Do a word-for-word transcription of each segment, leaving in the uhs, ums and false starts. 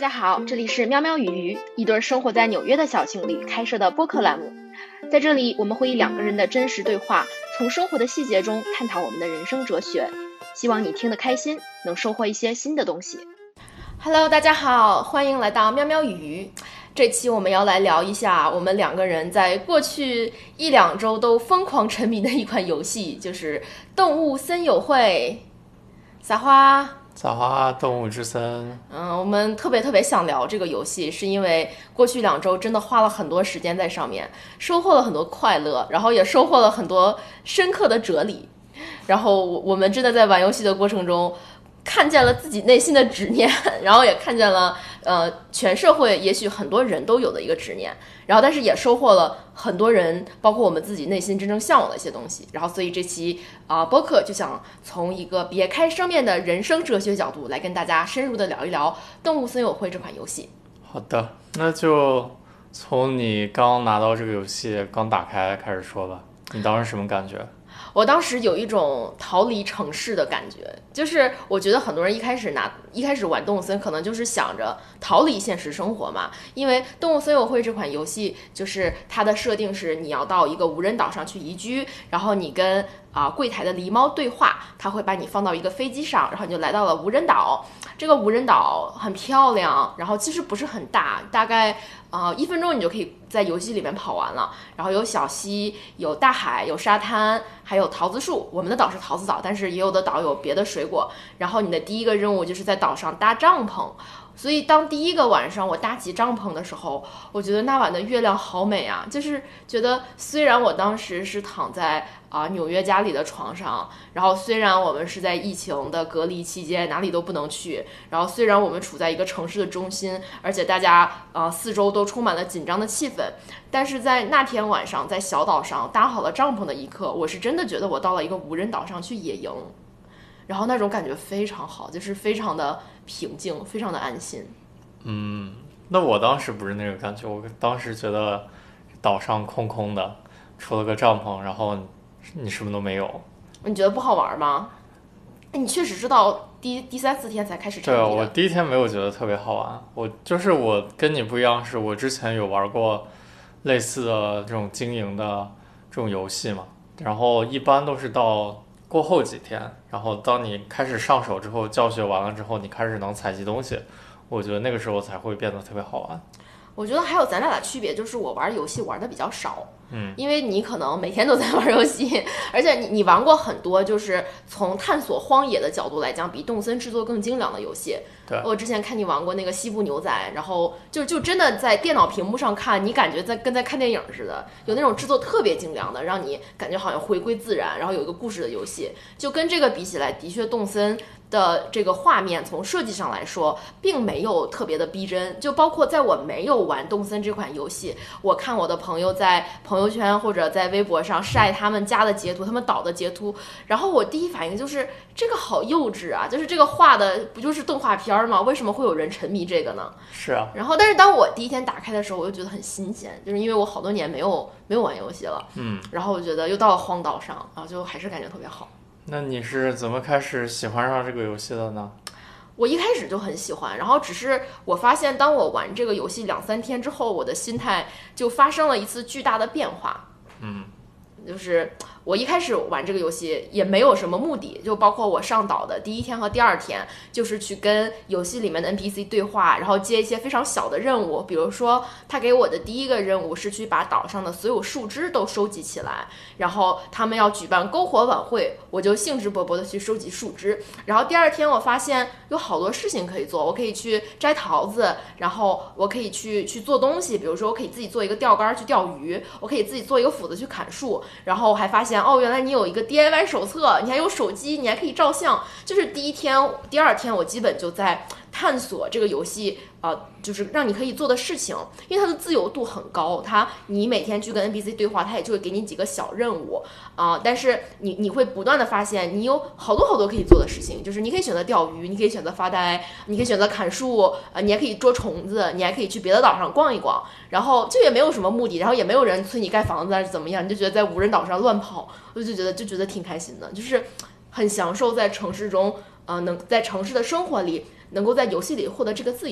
家好，这里是喵喵与鱼，一对生活在纽约的小情侣开设的播客栏目。在这里，我们会以两个人的真实对话，从生活的细节中探讨我们的人生哲学。希望你听得开心，能收获一些新的东西。Hello， 大家好，欢迎来到喵喵与鱼。这期我们要来聊一下我们两个人在过去一两周都疯狂沉迷的一款游戏，就是《动物森友会》。撒花。 撒花动物之森。 嗯，我们特别特别想聊这个游戏，是因为过去两周真的花了很多时间在上面，收获了很多快乐，然后也收获了很多深刻的哲理。然后我们真的在玩游戏的过程中，看见了自己内心的执念，然后也看见了呃全社会也许很多人都有的一个执念，然后但是也收获了很多人包括我们自己内心真正向往的一些东西。然后所以这期啊、呃、播客就想从一个别开生面的人生哲学角度来跟大家深入的聊一聊《动物森友会》这款游戏。 好的，那就从你刚拿到这个游戏刚打开开始说吧。你当时什么感觉？ 我当时有一种逃离城市的感觉，就是我觉得很多人一开始拿一开始玩动物森可能就是想着逃离现实生活嘛，因为动物森友会这款游戏就是它的设定是你要到一个无人岛上去移居，然后你跟啊、呃、柜台的狸猫对话，它会把你放到一个飞机上，然后你就来到了无人岛。这个无人岛很漂亮，然后其实不是很大，大概呃一分钟你就可以在游戏里面跑完了。然后有小溪，有大海，有沙滩，还有桃子树。我们的岛是桃子岛，但是也有的岛有别的水果。然后你的第一个任务就是在岛上搭帐篷。所以当第一个晚上我搭起帐篷的时候，我觉得那晚的月亮好美啊，就是觉得虽然我当时是躺在啊、呃、纽约家里的床上，然后虽然我们是在疫情的隔离期间哪里都不能去，然后虽然我们处在一个城市的中心，而且大家呃四周都充满了紧张的气氛，但是在那天晚上在小岛上搭好了帐篷的一刻，我是真的觉得我到了一个无人岛上去野营，然后那种感觉非常好，就是非常的平静，非常的安心。 嗯，那我当时不是那个感觉，我当时觉得岛上空空的，除了个帐篷，然后你什么都没有。 你觉得不好玩吗？你确实是到第第三四天才开始沉迷的。 对，我第一天没有觉得特别好玩，我就是我跟你不一样，是我之前有玩过类似的这种经营的这种游戏嘛，然后一般都是到过后几天，然后当你开始上手之后，教学完了之后，你开始能采集东西，我觉得那个时候才会变得特别好玩。 我觉得还有咱俩的区别就是我玩游戏玩的比较少， 嗯， 因为你可能每天都在玩游戏，而且你你玩过很多就是从探索荒野的角度来讲，比动森制作更精良的游戏。 对， 我之前看你玩过那个西部牛仔，然后就就真的在电脑屏幕上看，你感觉在跟在看电影似的，有那种制作特别精良的，让你感觉好像回归自然，然后有一个故事的游戏。就跟这个比起来，的确动森的这个画面从设计上来说并没有特别的逼真，就包括在我没有玩动森这款游戏，我看我的朋友在朋友圈或者在微博上晒他们家的截图，他们岛的截图，然后我第一反应就是这个好幼稚啊，就是这个画的不就是动画片吗？为什么会有人沉迷这个呢？ 是啊。 然后但是当我第一天打开的时候，我就觉得很新鲜，就是因为我好多年没有没有玩游戏了， 嗯， 然后我觉得又到了荒岛上，然后就还是感觉特别好。 那你是怎么开始喜欢上这个游戏的呢？ 我一开始就很喜欢，然后只是我发现当我玩这个游戏两三天之后，我的心态就发生了一次巨大的变化。 嗯， 就是我一开始玩这个游戏也没有什么目的，就包括我上岛的第一天和第二天，就是去跟游戏里面的 N P C 对话，然后接一些非常小的任务。比如说他给我的第一个任务是去把岛上的所有树枝都收集起来，然后他们要举办篝火晚会，我就兴致勃勃的去收集树枝。然后第二天我发现有好多事情可以做，我可以去摘桃子，然后我可以去去做东西，比如说我可以自己做一个钓竿去钓鱼，我可以自己做一个斧子去砍树，然后还发现哦，原来你有一个 D I Y 手册，你还有手机，你还可以照相。就是第一天、第二天，我基本就在探索这个游戏，呃，就是让你可以做的事情，因为它的自由度很高。它你每天去跟 N P C 对话，它也就会给你几个小任务啊、呃，但是你你会不断的发现，你有好多好多可以做的事情，就是你可以选择钓鱼，你可以选择发呆，你可以选择砍树，呃，你还可以捉虫子，你还可以去别的岛上逛一逛，然后就也没有什么目的，然后也没有人催你盖房子还是怎么样，你就觉得在无人岛上乱跑，我就觉得就觉得挺开心的，就是很享受在城市中，呃，能在城市的生活里，能够在游戏里获得这个自由。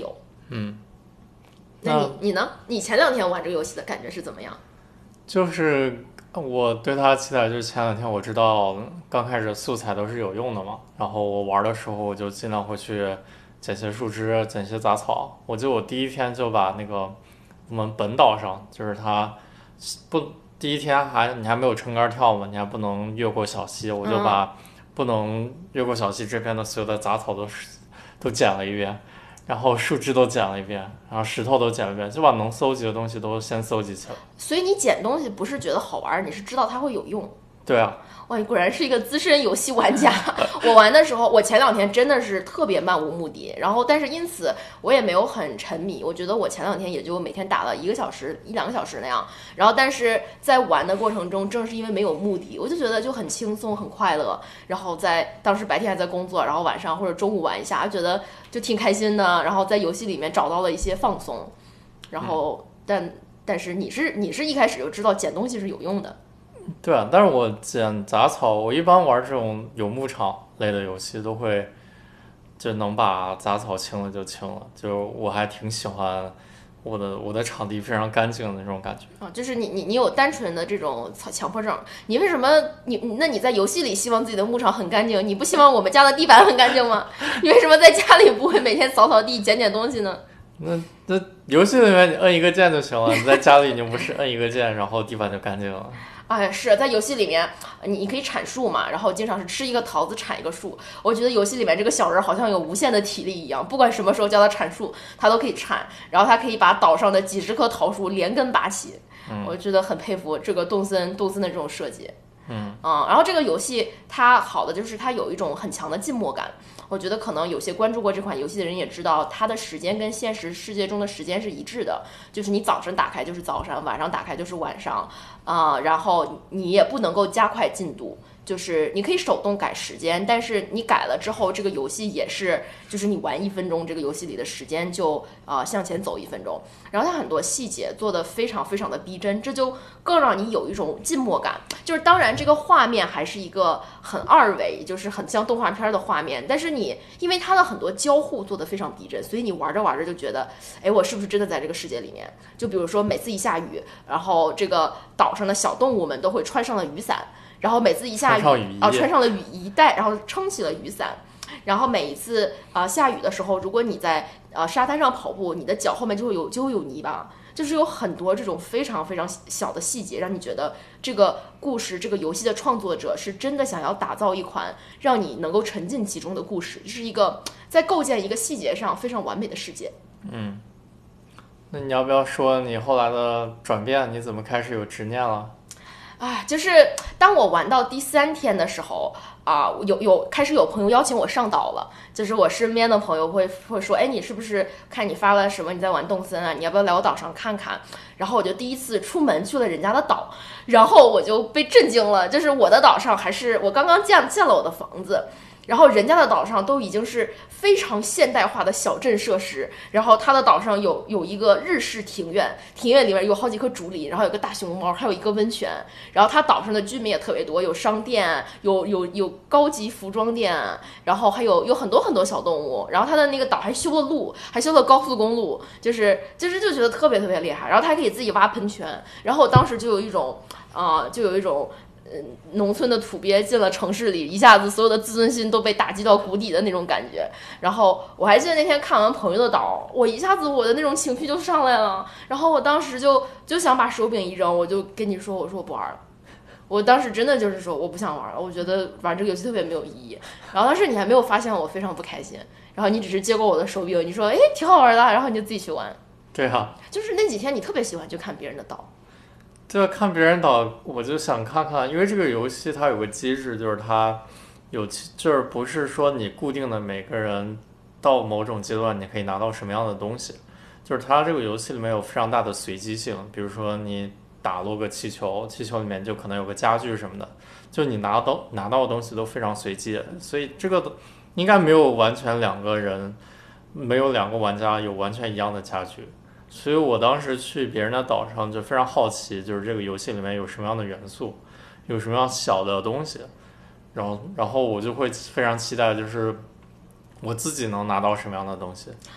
嗯， 那你你呢？你前两天玩这个游戏的感觉是怎么样？ 就是我对它的期待就是前两天我知道刚开始素材都是有用的嘛，然后我玩的时候我就尽量会去捡些树枝、捡些杂草。我记得我第一天就把那个我们本岛上，就是它不第一天还你还没有撑杆跳嘛，你还不能越过小溪，我就把不能越过小溪这边的所有的杂草都都捡了一遍。然后树枝都捡了一遍，然后石头都捡了一遍，就把能搜集的东西都先搜集起来。 所以你捡东西不是觉得好玩，你是知道它会有用。 对啊， 哇，你果然是一个资深游戏玩家。我玩的时候，我前两天真的是特别漫无目的，然后但是因此我也没有很沉迷。我觉得我前两天也就每天打了一个小时、一两个小时那样。然后但是在玩的过程中，正是因为没有目的，我就觉得就很轻松、很快乐。然后在当时白天还在工作，然后晚上或者中午玩一下，觉得就挺开心的。然后在游戏里面找到了一些放松。然后但但是你是你是一开始就知道捡东西是有用的。 对啊，但是我捡杂草，我一般玩这种有牧场类的游戏都会就能把杂草清了就清了，就我还挺喜欢我的我的场地非常干净的那种感觉啊，就是你你你有单纯的这种强迫症，你为什么你那你在游戏里希望自己的牧场很干净，你不希望我们家的地板很干净吗？你为什么在家里不会每天扫扫地捡捡东西呢？ 那那游戏里面你摁一个键就行了，你在家里你不是摁一个键，然后地板就干净了。 哎，是在游戏里面，你你可以铲树嘛，然后经常是吃一个桃子铲一个树。我觉得游戏里面这个小人好像有无限的体力一样，不管什么时候叫他铲树，他都可以铲，然后他可以把岛上的几十棵桃树连根拔起。 嗯， 我觉得很佩服这个动森动森的这种设计。 嗯嗯，然后这个游戏它好的就是它有一种很强的静默感。我觉得可能有些关注过这款游戏的人也知道，它的时间跟现实世界中的时间是一致的，就是你早晨打开就是早上，晚上打开就是晚上，啊、呃，然后你也不能够加快进度。就是你可以手动改时间，但是你改了之后，这个游戏也是，就是你玩一分钟，这个游戏里的时间就啊、呃、向前走一分钟。然后它很多细节做得非常非常的逼真，这就更让你有一种静默感。就是当然这个画面还是一个很二维，就是很像动画片的画面，但是你因为它的很多交互做得非常逼真，所以你玩着玩着就觉得，哎，我是不是真的在这个世界里面？就比如说每次一下雨，然后这个岛上的小动物们都会穿上了雨伞。然后每次一下雨啊、呃，穿上了雨衣带，然后撑起了雨伞。然后每一次啊、呃、下雨的时候，如果你在呃沙滩上跑步，你的脚后面就会有就会有泥巴，就是有很多这种非常非常小的细节，让你觉得这个故事这个游戏的创作者是真的想要打造一款让你能够沉浸其中的故事，是一个在构建一个细节上非常完美的世界。 嗯，那你要不要说你后来的转变？你怎么开始有执念了？ 啊，就是当我玩到第三天的时候啊，有有开始有朋友邀请我上岛了，就是我身边的朋友会会说，哎，你是不是看你发了什么？你在玩动森啊？你要不要来我岛上看看？然后我就第一次出门去了人家的岛，然后我就被震惊了，就是我的岛上还是我刚刚建建了我的房子。然后人家的岛上都已经是非常现代化的小镇设施，然后他的岛上有有一个日式庭院，庭院里面有好几棵竹林，然后有个大熊猫，还有一个温泉。然后他岛上的居民也特别多，有商店，有有有高级服装店，然后还有有很多很多小动物。然后他的那个岛还修了路，还修了高速公路，就是就是就觉得特别特别厉害。然后他还可以自己挖喷泉，然后我当时就有一种啊、呃，就有一种。嗯，农村的土鳖进了城市里，一下子所有的自尊心都被打击到谷底的那种感觉。然后我还记得那天看完朋友的岛，我一下子我的那种情绪就上来了。然后我当时就就想把手柄一扔，我就跟你说，我说我不玩了。我当时真的就是说我不想玩了，我觉得玩这个游戏特别没有意义。然后当时你还没有发现我非常不开心，然后你只是接过我的手柄，你说哎挺好玩的，然后你就自己去玩。 对啊， 就是那几天你特别喜欢去看别人的岛。 对啊，看别人岛，我就想看看，因为这个游戏它有个机制，就是它有，就是不是说你固定的每个人到某种阶段你可以拿到什么样的东西，就是它这个游戏里面有非常大的随机性，比如说你打落个气球，气球里面就可能有个家具什么的，就你拿到拿到的东西都非常随机，所以这个应该没有完全两个人，没有两个玩家有完全一样的家具。所以我当时去别人的岛上就非常好奇，就是这个游戏里面有什么样的元素，有什么样小的东西，然后然后我就会非常期待，就是我自己能拿到什么样的东西。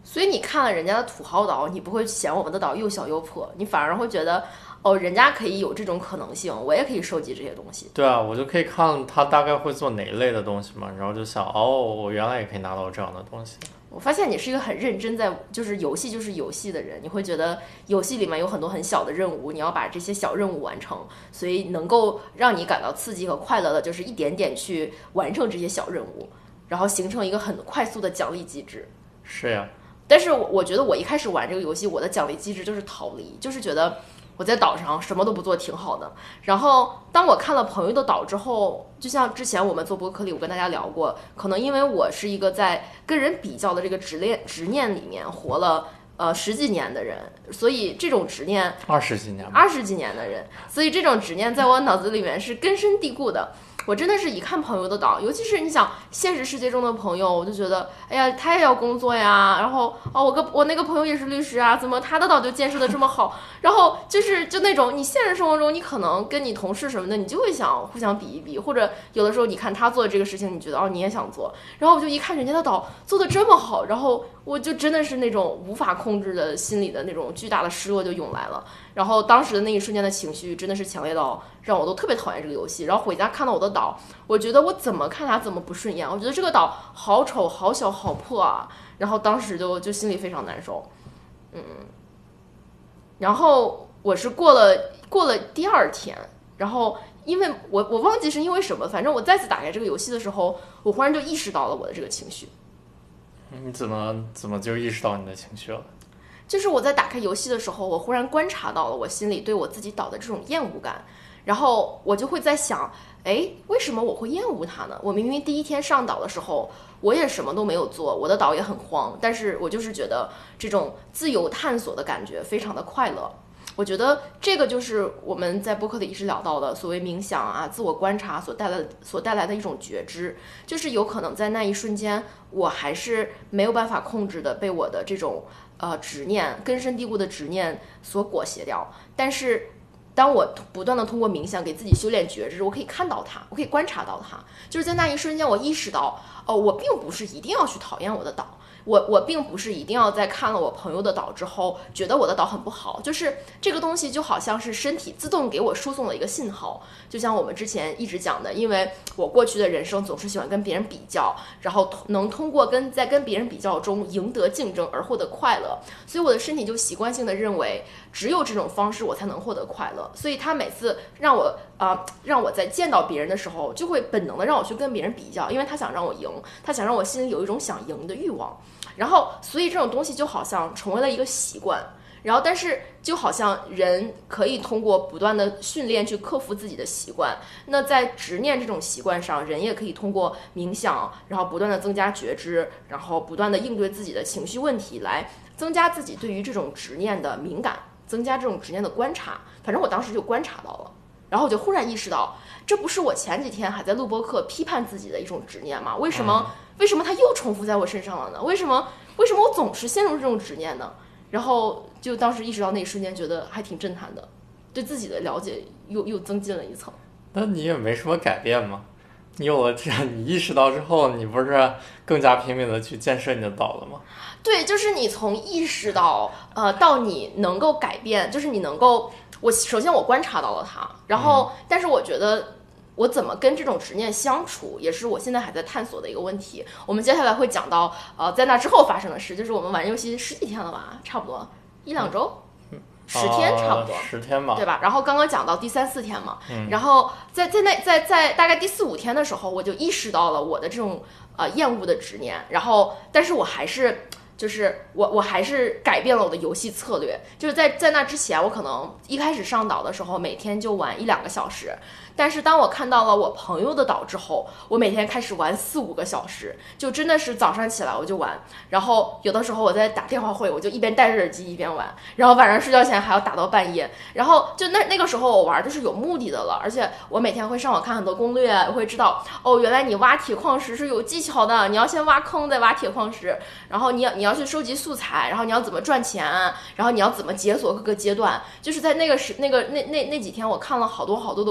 所以你看了人家的土豪岛，你不会嫌我们的岛又小又破，你反而会觉得哦，人家可以有这种可能性，我也可以收集这些东西。 对啊，我就可以看他大概会做哪一类的东西嘛，然后就想哦，我原来也可以拿到这样的东西。 我发现你是一个很认真在就是游戏就是游戏的人，你会觉得游戏里面有很多很小的任务，你要把这些小任务完成，所以能够让你感到刺激和快乐的就是一点点去完成这些小任务，然后形成一个很快速的奖励机制。 是呀， 但是我我觉得我一开始玩这个游戏，我的奖励机制就是逃离，就是觉得我在岛上什么都不做挺好的。然后当我看了朋友的岛之后，就像之前我们做播客里我跟大家聊过，可能因为我是一个在跟人比较的这个执念执念里面活了呃十几年的人，所以这种执念二十几年吧， 二十几年的人，所以这种执念在我脑子里面是根深蒂固的。我真的是一看朋友的岛，尤其是你想现实世界中的朋友，我就觉得，哎呀，他也要工作呀，然后哦，我个我那个朋友也是律师啊，怎么他的岛就建设的这么好？然后就是就那种你现实生活中，你可能跟你同事什么的，你就会想互相比一比，或者有的时候你看他做的这个事情，你觉得哦你也想做，然后我就一看人家的岛做的这么好，然后我就真的是那种无法控制的心里的那种巨大的失落就涌来了。然后当时的那一瞬间的情绪真的是强烈到让我都特别讨厌这个游戏。然后回家看到我的岛，我觉得我怎么看它怎么不顺眼，我觉得这个岛好丑好小好破啊，然后当时就就心里非常难受。嗯，然后我是过了过了第二天，然后因为我我忘记是因为什么，反正我再次打开这个游戏的时候，我忽然就意识到了我的这个情绪。 你怎么怎么就意识到你的情绪了？ 就是我在打开游戏的时候，我忽然观察到了我心里对我自己岛的这种厌恶感，然后我就会在想，哎，为什么我会厌恶它呢？我明明第一天上岛的时候，我也什么都没有做，我的岛也很荒，但是我就是觉得这种自由探索的感觉非常的快乐。我觉得这个就是我们在播客里一直聊到的所谓冥想啊、自我观察所带来所带来的一种觉知，就是有可能在那一瞬间，我还是没有办法控制的被我的这种呃执念根深蒂固的执念所裹挟掉，但是当我不断的通过冥想给自己修炼觉知，我可以看到它，我可以观察到它，就是在那一瞬间我意识到，哦，我并不是一定要去讨厌我的岛，我我并不是一定要在看了我朋友的岛之后觉得我的岛很不好，就是这个东西就好像是身体自动给我输送了一个信号，就像我们之前一直讲的，因为我过去的人生总是喜欢跟别人比较，然后能通过跟在跟别人比较中赢得竞争而获得快乐，所以我的身体就习惯性的认为只有这种方式我才能获得快乐，所以他每次让我啊、呃、让我在见到别人的时候，就会本能的让我去跟别人比较，因为他想让我赢，他想让我心里有一种想赢的欲望。然后所以这种东西就好像成为了一个习惯，然后但是就好像人可以通过不断的训练去克服自己的习惯，那在执念这种习惯上，人也可以通过冥想，然后不断的增加觉知，然后不断的应对自己的情绪问题，来增加自己对于这种执念的敏感，增加这种执念的观察。反正我当时就观察到了，然后我就忽然意识到，这不是我前几天还在录播课批判自己的一种执念吗？为什么、嗯、为什么它又重复在我身上了呢？为什么为什么我总是陷入这种执念呢？然后就当时意识到那一瞬间，觉得还挺震撼的，对自己的了解又又增进了一层。 那你也没什么改变吗？你有了这样，你意识到之后，你不是更加拼命的去建设你的岛了吗？ 对，就是你从意识到呃到你能够改变，就是你能够，我首先我观察到了它，然后、嗯、但是我觉得我怎么跟这种执念相处，也是我现在还在探索的一个问题。我们接下来会讲到呃在那之后发生的事，就是我们玩游戏十几天了吧，差不多一两周。嗯十天差不多， 呃、十天吧， 对吧？然后刚刚讲到第三四天嘛，嗯、然后在在那在在大概第四五天的时候，我就意识到了我的这种呃厌恶的执念，然后但是我还是就是我我还是改变了我的游戏策略，就是在在那之前，我可能一开始上岛的时候，每天就玩一两个小时。但是当我看到了我朋友的岛之后，我每天开始玩四五个小时，就真的是早上起来我就玩，然后有的时候我在打电话会，我就一边戴着耳机一边玩，然后晚上睡觉前还要打到半夜，然后就那那个时候我玩就是有目的的了，而且我每天会上网看很多攻略，我会知道哦，原来你挖铁矿石是有技巧的，你要先挖坑再挖铁矿石，然后你要你要去收集素材，然后你要怎么赚钱，然后你要怎么解锁各个阶段，就是在那个时那个那那那几天我看了好多好多的攻略。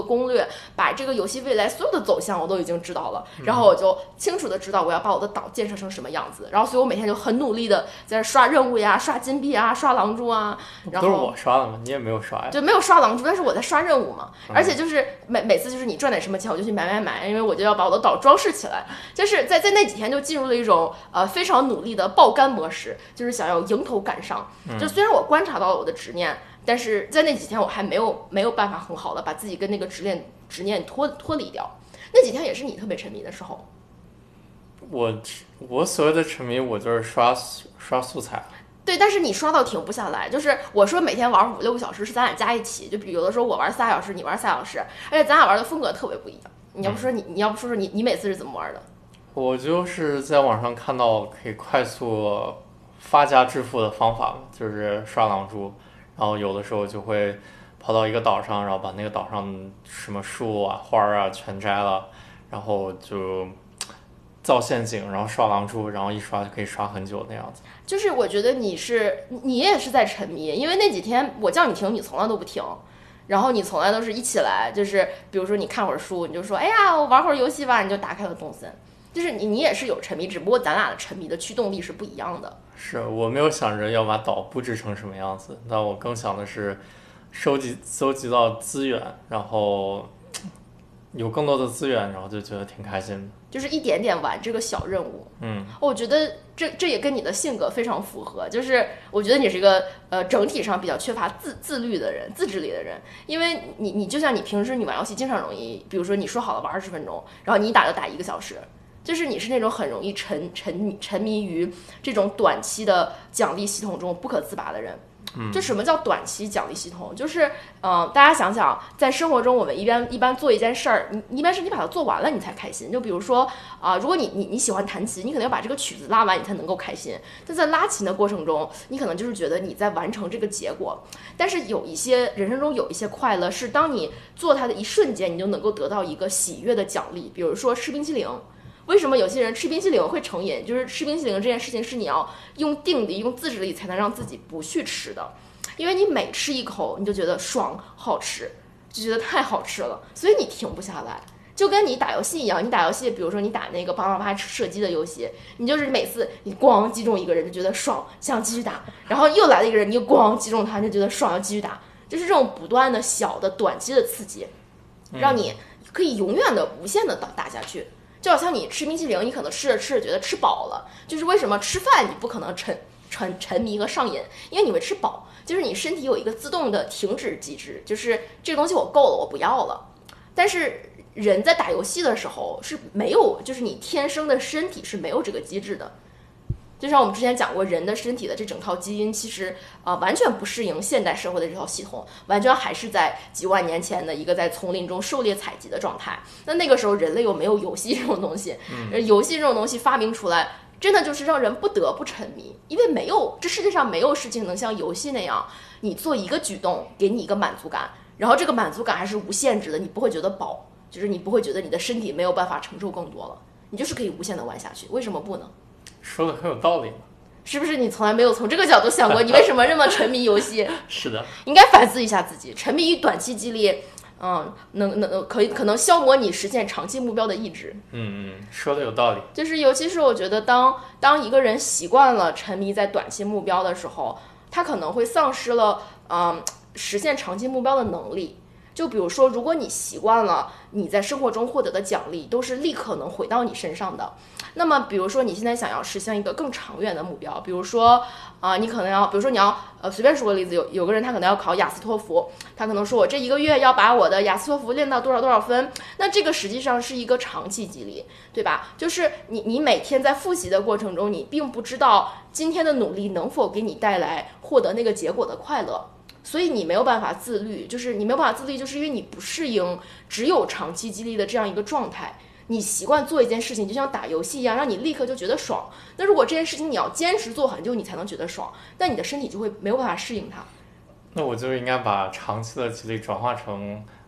把这个游戏未来所有的走向我都已经知道了，然后我就清楚的知道我要把我的岛建设成什么样子，然后所以我每天就很努力的在这刷任务呀、刷金币啊、刷狼珠啊，然后都是我刷的嘛，你也没有刷呀？ 就没有刷狼珠，但是我在刷任务嘛，而且就是每每次就是你赚点什么钱，我就去买买买，因为我就要把我的岛装饰起来，就是在在那几天就进入了一种呃非常努力的爆肝模式，就是想要迎头赶上。就虽然我观察到了我的执念，但是在那几天我还没有没有办法很好的把自己跟那个执念执念脱脱离掉。那几天也是你特别沉迷的时候。 我我所谓的沉迷，我就是刷刷素材。 对，但是你刷到停不下来，就是我说每天玩五六个小时是咱俩加一起，就比如有的时候我玩仨小时，你玩仨小时，而且咱俩玩的风格特别不一样。你要不说你，你要不说说你，你每次是怎么玩的？ 我就是在网上看到可以快速发家致富的方法，就是刷狼蛛，然后有的时候就会跑到一个岛上，然后把那个岛上什么树啊、花啊全摘了，然后就造陷阱，然后刷狼蛛，然后一刷就可以刷很久那样子。 就是我觉得你是你也是在沉迷，因为那几天我叫你停，你从来都不停。然后你从来都是一起来，就是比如说你看会儿书，你就说哎呀我玩会儿游戏吧，你就打开了动森。就是你你也是有沉迷，只不过咱俩的沉迷的驱动力是不一样的。 是我没有想着要把岛布置成什么样子，但我更想的是收集搜集到资源，然后有更多的资源，然后就觉得挺开心的。 就是一点点玩这个小任务。 嗯， 我觉得这这也跟你的性格非常符合。就是我觉得你是一个呃整体上比较缺乏自自律的人、自制力的人，因为你你就像你平时你玩游戏经常容易，比如说你说好了玩二十分钟，然后你一打就打一个小时。就是你是那种很容易沉沉迷沉迷于这种短期的奖励系统中不可自拔的人。 嗯， 就什么叫短期奖励系统？就是，嗯、呃，大家想想，在生活中我们一般一般做一件事儿，你一般是你把它做完了你才开心。就比如说啊、呃，如果你你你喜欢弹琴，你可能要把这个曲子拉完你才能够开心。但在拉琴的过程中，你可能就是觉得你在完成这个结果。但是有一些人生中有一些快乐，是当你做它的一瞬间，你就能够得到一个喜悦的奖励。比如说吃冰淇淋。为什么有些人吃冰淇淋会成瘾？就是吃冰淇淋这件事情是你要用定力、用自制力才能让自己不去吃的，因为你每吃一口你就觉得爽、好吃，就觉得太好吃了，所以你停不下来。就跟你打游戏一样，你打游戏，比如说你打那个啪啪啪射击的游戏，你就是每次你咣击中一个人就觉得爽，想继续打，然后又来了一个人，你又咣击中他，就觉得爽，要继续打，就是这种不断的小的短期的刺激，让你可以永远的、无限的打下去。就好像你吃冰淇淋，你可能吃着吃着觉得吃饱了，就是为什么吃饭你不可能沉沉沉迷和上瘾，因为你会吃饱，就是你身体有一个自动的停止机制，就是这个东西我够了，我不要了。但是人在打游戏的时候是没有，就是你天生的身体是没有这个机制的。就像我们之前讲过，人的身体的这整套基因其实呃完全不适应现代社会的这套系统，完全还是在几万年前的一个在丛林中狩猎采集的状态。那那个时候人类又没有游戏这种东西，嗯、游戏这种东西发明出来，真的就是让人不得不沉迷，因为没有这世界上没有事情能像游戏那样，你做一个举动给你一个满足感，然后这个满足感还是无限制的，你不会觉得饱，就是你不会觉得你的身体没有办法承受更多了，你就是可以无限的玩下去，为什么不呢？ 说的很有道理嘛， 是不是你从来没有从这个角度想过，你为什么这么沉迷游戏？ 是的， 应该反思一下自己，沉迷于短期激励，嗯，能能可以可能消磨你实现长期目标的意志。 嗯嗯，说的有道理。 就是尤其是我觉得当当一个人习惯了沉迷在短期目标的时候，他可能会丧失了嗯实现长期目标的能力。就比如说，如果你习惯了你在生活中获得的奖励都是立刻能回到你身上的，那么比如说你现在想要实现一个更长远的目标，比如说啊、呃，你可能要，比如说你要呃随便说个例子，有有个人他可能要考雅思托福，他可能说我这一个月要把我的雅思托福练到多少多少分，那这个实际上是一个长期激励，对吧？就是你你每天在复习的过程中，你并不知道今天的努力能否给你带来获得那个结果的快乐。所以你没有办法自律，就是你没有办法自律，就是因为你不适应只有长期激励的这样一个状态。你习惯做一件事情，就像打游戏一样，让你立刻就觉得爽。那如果这件事情你要坚持做很久，你才能觉得爽，那你的身体就会没有办法适应它。 那我就应该把长期的激励转化成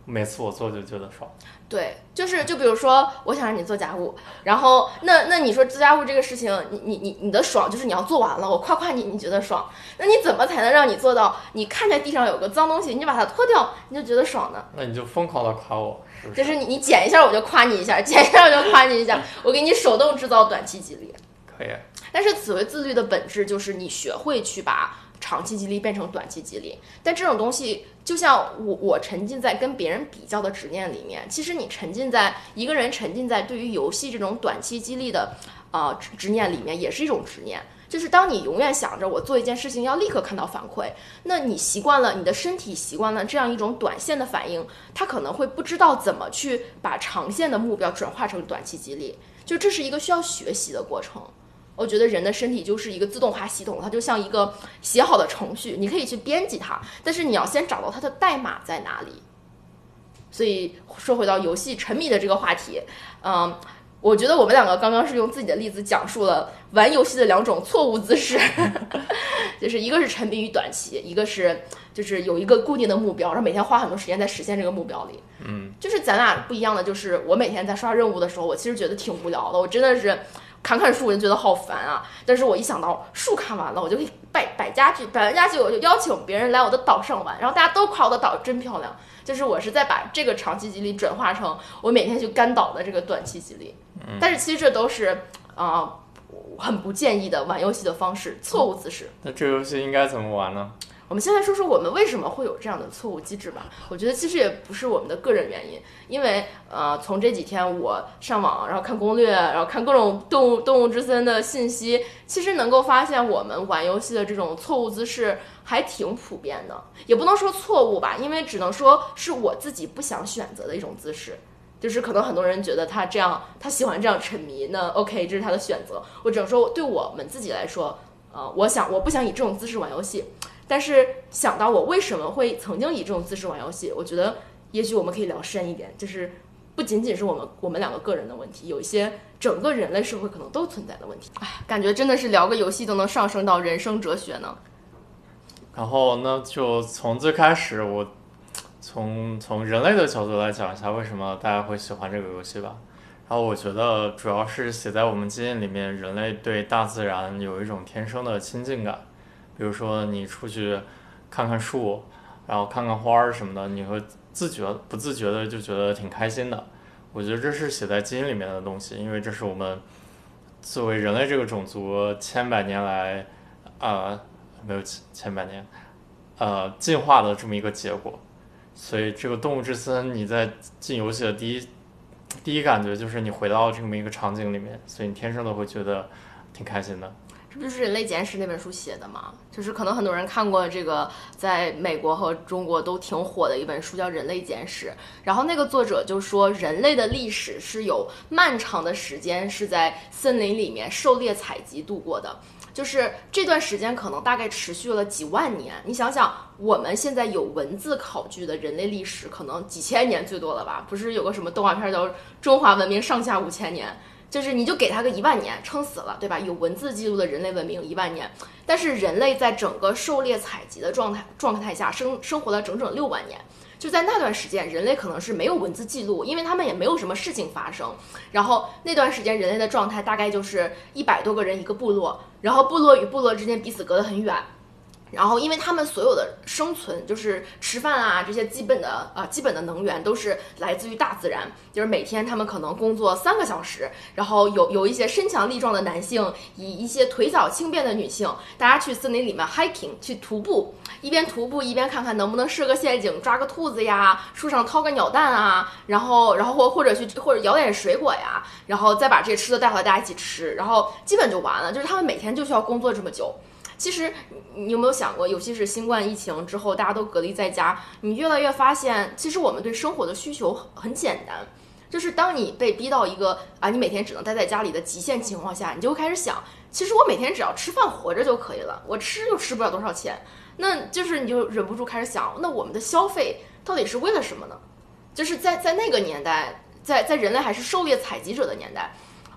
每次我做就觉得爽。 对，就是就比如说，我想让你做家务，然后那那你说做家务这个事情，你你你你的爽就是你要做完了，我夸夸你，你觉得爽，那你怎么才能让你做到？你看见地上有个脏东西，你就把它脱掉，你就觉得爽呢？ 那你就疯狂的夸我，是不是？ 就是你你剪一下我就夸你一下，剪一下我就夸你一下，我给你手动制造短期激励。 可以。 但是此为自律的本质就是你学会去把长期激励变成短期激励，但这种东西就像我我沉浸在跟别人比较的执念里面，其实你沉浸在一个人沉浸在对于游戏这种短期激励的呃执念里面，也是一种执念。就是当你永远想着我做一件事情要立刻看到反馈，那你习惯了，你的身体习惯了这样一种短线的反应，它可能会不知道怎么去把长线的目标转化成短期激励，就这是一个需要学习的过程。我觉得人的身体就是一个自动化系统，它就像一个写好的程序，你可以去编辑它，但是你要先找到它的代码在哪里。所以说回到游戏沉迷的这个话题，嗯，我觉得我们两个刚刚是用自己的例子讲述了玩游戏的两种错误姿势，就是一个是沉迷于短期，一个是就是有一个固定的目标，然后每天花很多时间在实现这个目标里。 嗯， 就是咱俩不一样的，就是我每天在刷任务的时候，我其实觉得挺无聊的，我真的是砍砍树我就觉得好烦啊，但是我一想到树砍完了，我就可以摆摆家具，摆完家具我就邀请别人来我的岛上玩，然后大家都夸我的岛真漂亮，就是我是在把这个长期激励转化成我每天去干岛的这个短期激励。 嗯， 但是其实这都是啊、呃、很不建议的玩游戏的方式，错误姿势。 那这个游戏应该怎么玩呢？ 我们现在说说我们为什么会有这样的错误机制吧。我觉得其实也不是我们的个人原因，因为呃，从这几天我上网，然后看攻略，然后看各种动物动物之森的信息，其实能够发现我们玩游戏的这种错误姿势还挺普遍的。也不能说错误吧，因为只能说是我自己不想选择的一种姿势。就是可能很多人觉得他这样，他喜欢这样沉迷，那 OK， 这是他的选择。我只能说，对我们自己来说，呃，我想我不想以这种姿势玩游戏。但是想到我为什么会曾经以这种姿势玩游戏，我觉得也许我们可以聊深一点，就是不仅仅是我们我们两个个人的问题，有一些整个人类社会可能都存在的问题。哎，感觉真的是聊个游戏都能上升到人生哲学呢。 然后那就从最开始，我从从人类的角度来讲一下为什么大家会喜欢这个游戏吧。然后我觉得主要是写在我们基因里面，人类对大自然有一种天生的亲近感。比如说你出去看看树，然后看看花儿什么的，你会自觉不自觉的就觉得挺开心的。我觉得这是写在基因里面的东西，因为这是我们作为人类这个种族千百年来，呃，没有千百年，呃，进化的这么一个结果。所以这个动物之森，你在进游戏的第一第一感觉就是你回到这么一个场景里面，所以你天生的会觉得挺开心的。 这不就是《人类简史》那本书写的吗？就是可能很多人看过这个，在美国和中国都挺火的一本书，叫《人类简史》。然后那个作者就说，人类的历史是有漫长的时间是在森林里面狩猎采集度过的，就是这段时间可能大概持续了几万年。你想想，我们现在有文字考据的人类历史，可能几千年最多了吧？不是有个什么动画片叫《中华文明上下五千年》？就是你就给他个一万年，撑死了，对吧？有文字记录的人类文明一万年，但是人类在整个狩猎采集的状态状态下生生活了整整六万年。就在那段时间，人类可能是没有文字记录，因为他们也没有什么事情发生。然后那段时间，人类的状态大概就是一百多个人一个部落，然后部落与部落之间彼此隔得很远。然后，因为他们所有的生存，就是吃饭啊这些基本的啊、呃、基本的能源都是来自于大自然，就是每天他们可能工作三个小时，然后有有一些身强力壮的男性，以一些腿脚轻便的女性，大家去森林里面 hiking 去徒步，一边徒步一边看看能不能设个陷阱抓个兔子呀，树上掏个鸟蛋啊，然后然后或或者去或者咬点水果呀，然后再把这些吃的带回来大家一起吃，然后基本就完了，就是他们每天就需要工作这么久。其实你有没有想过，尤其是新冠疫情之后，大家都隔离在家，你越来越发现，其实我们对生活的需求很简单，就是当你被逼到一个啊，你每天只能待在家里的极限情况下，你就会开始想，其实我每天只要吃饭活着就可以了，我吃又吃不了多少钱，那就是你就忍不住开始想，那我们的消费到底是为了什么呢？就是在在那个年代，在在人类还是狩猎采集者的年代。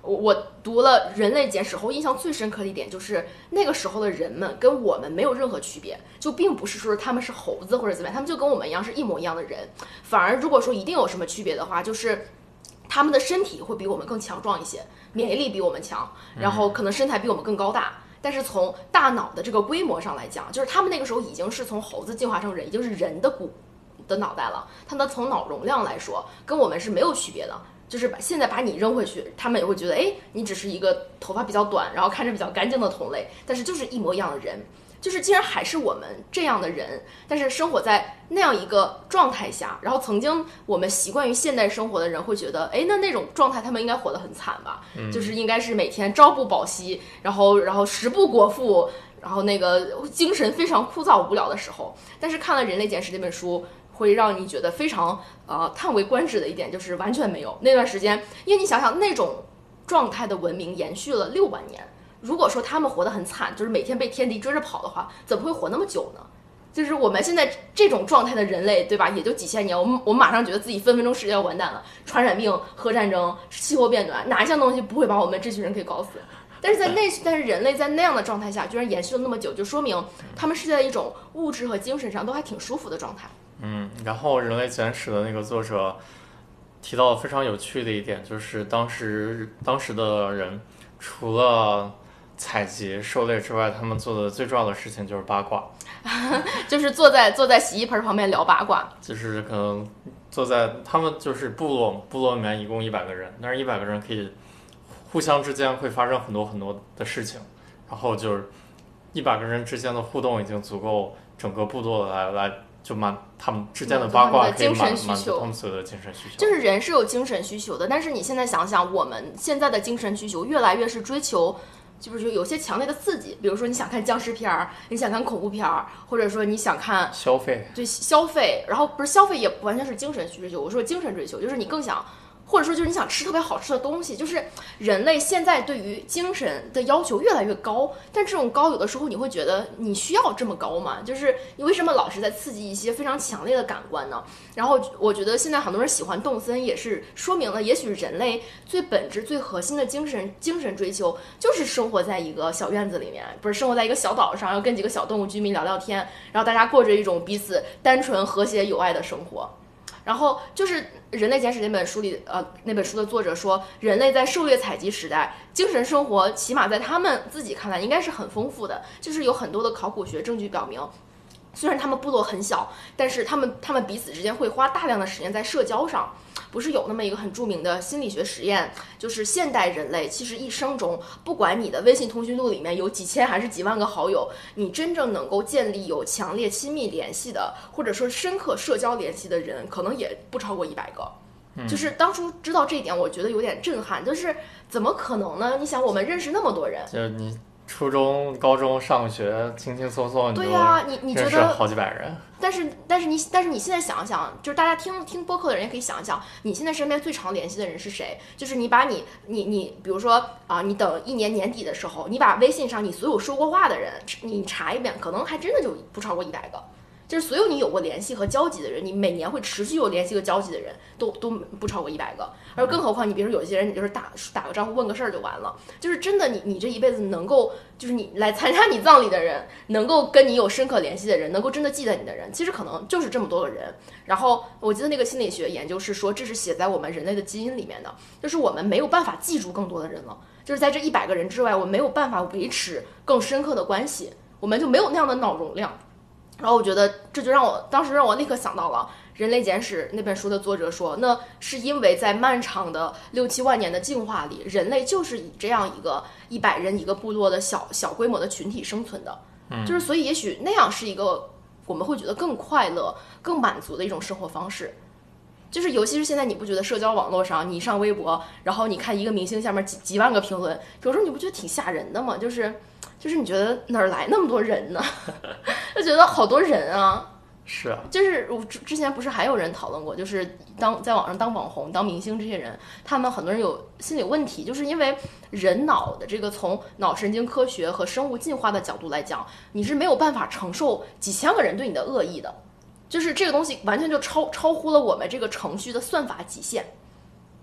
我读了《人类简史》后，印象最深刻的一点就是那个时候的人们跟我们没有任何区别，就并不是说他们是猴子或者怎么样，他们就跟我们一样是一模一样的人。反而如果说一定有什么区别的话，就是他们的身体会比我们更强壮一些，免疫力比我们强，然后可能身材比我们更高大。但是从大脑的这个规模上来讲，就是他们那个时候已经是从猴子进化成人，已经是人的骨的脑袋了。他们从脑容量来说，跟我们是没有区别的。就是把现在把你扔回去，他们也会觉得，哎，你只是一个头发比较短，然后看着比较干净的同类，但是就是一模一样的人。就是既然还是我们这样的人，但是生活在那样一个状态下，然后曾经我们习惯于现代生活的人会觉得，哎，那那种状态他们应该活得很惨吧？嗯、就是应该是每天朝不保夕，然后然后食不果腹，然后那个精神非常枯燥无聊的时候。但是看了《人类简史》这本书，会让你觉得非常呃叹为观止的一点就是完全没有那段时间，因为你想想那种状态的文明延续了六万年。如果说他们活得很惨，就是每天被天敌追着跑的话，怎么会活那么久呢？就是我们现在这种状态的人类，对吧？也就几千年，我们我们马上觉得自己分分钟世界要完蛋了，传染病、核战争、气候变暖，哪一项东西不会把我们这群人给搞死？但是在那，但是人类在那样的状态下，居然延续了那么久，就说明他们是在一种物质和精神上都还挺舒服的状态。 嗯，然后《人类简史》的那个作者提到非常有趣的一点，就是当时当时的人除了采集狩猎之外，他们做的最重要的事情就是八卦， 就是坐在坐在洗衣盆旁边聊八卦， 就是可能坐在他们就是部落，部落里面一共一百个人，但是一百个人可以互相之间会发生很多很多的事情，然后就是一百个人之间的互动已经足够整个部落来来就满他们之间的八卦可以满满足他们所有的精神需求。 就是人是有精神需求的，但是你现在想想，我们现在的精神需求越来越是追求。就是有些强烈的刺激，比如说你想看僵尸片儿，你想看恐怖片儿，或者说你想看消费， 对消费，然后不是消费也不完全是精神需求，我说精神追求，就是你更想，或者说就是你想吃特别好吃的东西，就是人类现在对于精神的要求越来越高，但这种高有的时候你会觉得你需要这么高吗？就是你为什么老是在刺激一些非常强烈的感官呢？然后我觉得现在很多人喜欢动森，也是说明了也许人类最本质最核心的精神精神追求就是生活在一个小院子里面，不是生活在一个小岛上，要跟几个小动物居民聊聊天，然后大家过着一种彼此单纯和谐友爱的生活。然后就是《人类简史》那本书里，呃，那本书的作者说，人类在狩猎采集时代，精神生活起码在他们自己看来应该是很丰富的，就是有很多的考古学证据表明。虽然他们部落很小，但是他们他们彼此之间会花大量的时间在社交上。不是有那么一个很著名的心理学实验，就是现代人类其实一生中，不管你的微信通讯录里面有几千还是几万个好友，你真正能够建立有强烈亲密联系的，或者说深刻社交联系的人，可能也不超过一百个。嗯、就是当初知道这一点，我觉得有点震撼，就是怎么可能呢？你想，我们认识那么多人， 就是你。初中、高中上学，轻轻松松， 对呀、啊，你你觉得好几百人？ 但是但是你但是你现在想想，就是大家听听播客的人也可以想一想，你现在身边最常联系的人是谁？就是你把你你你，比如说啊、呃，你等一年年底的时候，你把微信上你所有说过话的人，你查一遍，可能还真的就不超过一百个。就是所有你有过联系和交集的人，你每年会持续有联系和交集的人都都不超过一百个，而更何况你比如说有些人，你就是打打个招呼问个事儿就完了，就是真的你你这一辈子能够就是你来参加你葬礼的人，能够跟你有深刻联系的人，能够真的记得你的人，其实可能就是这么多个人。然后我记得那个心理学研究是说，这是写在我们人类的基因里面的，就是我们没有办法记住更多的人了，就是在这一百个人之外，我们没有办法维持更深刻的关系，我们就没有那样的脑容量。然后我觉得这就让我当时让我立刻想到了《人类简史》那本书的作者说，那是因为在漫长的六七万年的进化里，人类就是以这样一个一百人一个部落的小小规模的群体生存的，嗯，就是所以也许那样是一个我们会觉得更快乐、更满足的一种生活方式。就是尤其是现在，你不觉得社交网络上，你上微博，然后你看一个明星下面几几万个评论，有时候你不觉得挺吓人的吗？就是就是你觉得哪儿来那么多人呢？就觉得好多人啊。 是啊， 就是我之前不是还有人讨论过，就是当在网上当网红、当明星这些人，他们很多人有心理问题，就是因为人脑的这个从脑神经科学和生物进化的角度来讲，你是没有办法承受几千个人对你的恶意的。就是这个东西完全就超超乎了我们这个程序的算法极限。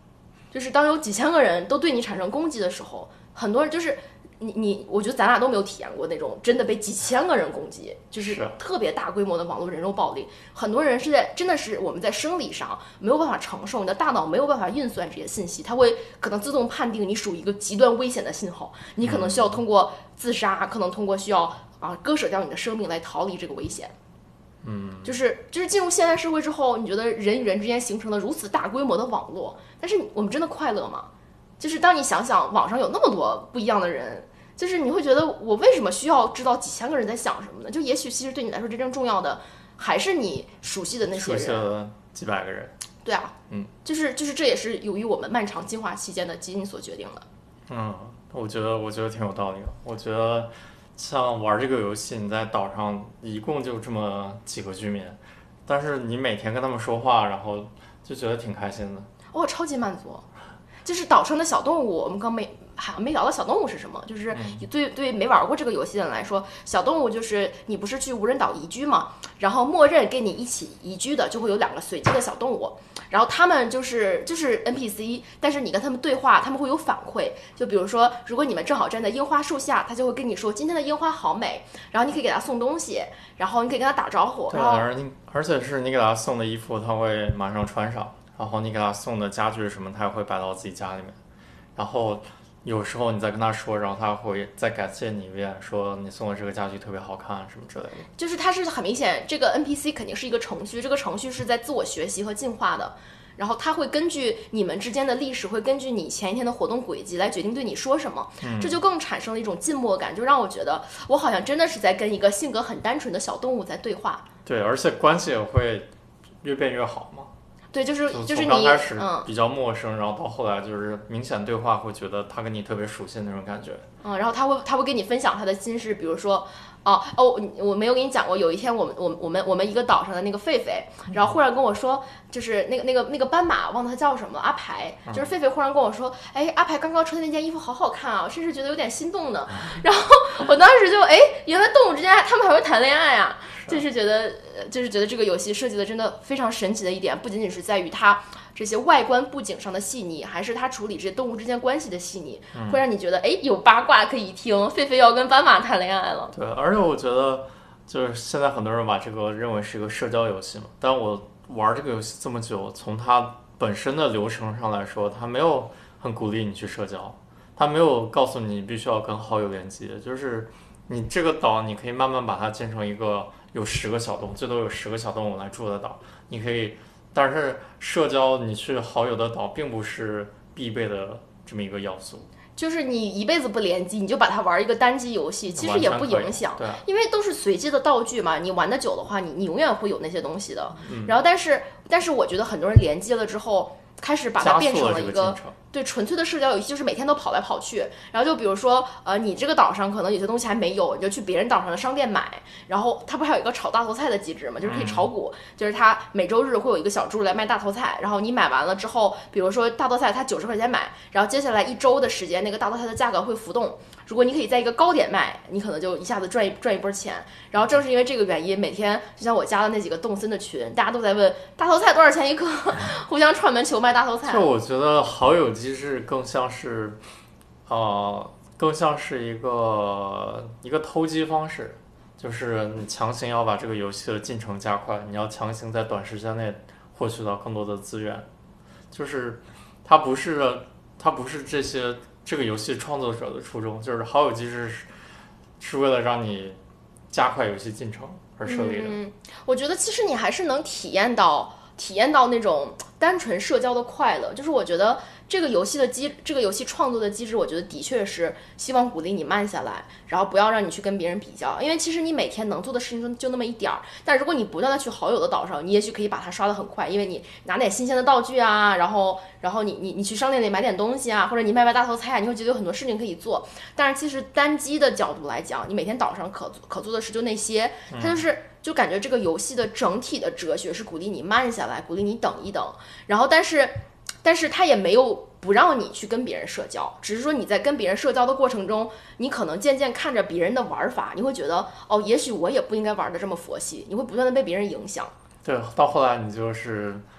就是当有几千个人都对你产生攻击的时候，很多人就是你你，我觉得咱俩都没有体验过那种真的被几千个人攻击，就是特别大规模的网络人肉暴力。很多人是在真的是我们在生理上没有办法承受，你的大脑没有办法运算这些信息，它会可能自动判定你属于一个极端危险的信号，你可能需要通过自杀，可能通过需要啊割舍掉你的生命来逃离这个危险。 嗯， 就是就是进入现代社会之后，你觉得人与人之间形成了如此大规模的网络，但是我们真的快乐吗？就是当你想想网上有那么多不一样的人，就是你会觉得我为什么需要知道几千个人在想什么呢？就也许其实对你来说真正重要的还是你熟悉的那些人， 熟悉了几百个人。 对啊， 嗯， 就是就是这也是由于我们漫长进化期间的基因所决定的。 嗯，我觉得我觉得挺有道理的。我觉得像玩这个游戏，你在岛上一共就这么几个居民，但是你每天跟他们说话，然后就觉得挺开心的。 哦，超级满足。就是岛上的小动物，我们刚没还没聊到小动物是什么。就是对对没玩过这个游戏的人来说，小动物就是你不是去无人岛移居嘛，然后默认跟你一起移居的就会有两个随机的小动物，然后他们就是就是 N P C， 但是你跟他们对话，他们会有反馈。就比如说，如果你们正好站在樱花树下，他就会跟你说今天的樱花好美，然后你可以给他送东西，然后你可以跟他打招呼。 对，而你而且是你给他送的衣服，他会马上穿上。然后你给他送的家具什么，他也会摆到自己家里面。然后有时候你再跟他说，然后他会再感谢你一遍，说你送的这个家具特别好看什么之类的。 就是它是很明显，这个 N P C 肯定是一个程序，这个程序是在自我学习和进化的。然后它会根据你们之间的历史，会根据你前一天的活动轨迹来决定对你说什么， 嗯、 这就更产生了一种近默感，就让我觉得我好像真的是在跟一个性格很单纯的小动物在对话。 对，而且关系也会越变越好嘛。 对，就是就是你刚开始嗯比较陌生，嗯、然后到后来就是明显对话，会觉得他跟你特别熟悉的那种感觉。 嗯，然后他会他会跟你分享他的心事，比如说，哦哦，我没有跟你讲过，有一天我们我我们我们一个岛上的那个狒狒，然后忽然跟我说，就是那个那个那个斑马，忘了他叫什么，阿排，就是狒狒忽然跟我说，哎，阿排刚刚穿的那件衣服好好看啊，甚至觉得有点心动呢。然后我当时就哎，原来动物之间他们还会谈恋爱啊。就是觉得，就是觉得这个游戏设计的真的非常神奇的一点，不仅仅是在于它这些外观布景上的细腻，还是它处理这些动物之间关系的细腻， 嗯、 会让你觉得，哎，有八卦可以听，狒狒要跟斑马谈恋爱了。 对，而且我觉得，就是现在很多人把这个认为是一个社交游戏嘛，但我玩这个游戏这么久，从它本身的流程上来说，它没有很鼓励你去社交，它没有告诉你必须要跟好友连接，就是你这个岛，你可以慢慢把它建成一个。有十个小动物，最多有十个小动物来住的岛，你可以，但是社交你去好友的岛并不是必备的这么一个要素。 就是你一辈子不联机，你就把它玩一个单机游戏，其实也不影响， 对， 因为都是随机的道具嘛。你玩的久的话，你你永远会有那些东西的。 嗯、 然后，但是但是我觉得很多人联机了之后。开始把它变成了一个对纯粹的社交游戏，就是每天都跑来跑去。然后就比如说，呃，你这个岛上可能有些东西还没有，你就去别人岛上的商店买。然后它不是还有一个炒大头菜的机制嘛，就是可以炒股，嗯、就是它每周日会有一个小猪来卖大头菜。然后你买完了之后，比如说大头菜它九十块钱买，然后接下来一周的时间，那个大头菜的价格会浮动。如果你可以在一个高点卖，你可能就一下子赚一赚一波钱。然后正是因为这个原因，每天就像我加的那几个动森的群，大家都在问大头菜多少钱一颗，互相串门求卖大头菜。 就我觉得好友机制更像是，呃，更像是一个一个偷鸡方式，就是你强行要把这个游戏的进程加快，你要强行在短时间内获取到更多的资源，就是它不是它不是这些。这个游戏创作者的初衷就是好友机制是是为了让你加快游戏进程而设立的。 嗯，我觉得其实你还是能体验到体验到那种单纯社交的快乐。就是我觉得这个游戏的机，这个游戏创作的机制，我觉得的确是希望鼓励你慢下来，然后不要让你去跟别人比较，因为其实你每天能做的事情就那么一点儿。但如果你不断的去好友的岛上，你也许可以把它刷得很快，因为你拿点新鲜的道具啊，然后然后你你你去商店里买点东西啊，或者你卖卖大头菜啊，你会觉得有很多事情可以做。但是其实单机的角度来讲，你每天岛上可可做的事就那些，它就是就感觉这个游戏的整体的哲学是鼓励你慢下来，鼓励你等一等，然后但是。但是它也没有不让你去跟别人社交，只是说你在跟别人社交的过程中，你可能渐渐看着别人的玩法，你会觉得哦，也许我也不应该玩的这么佛系，你会不断的被别人影响。 对，到后来你就是，啊、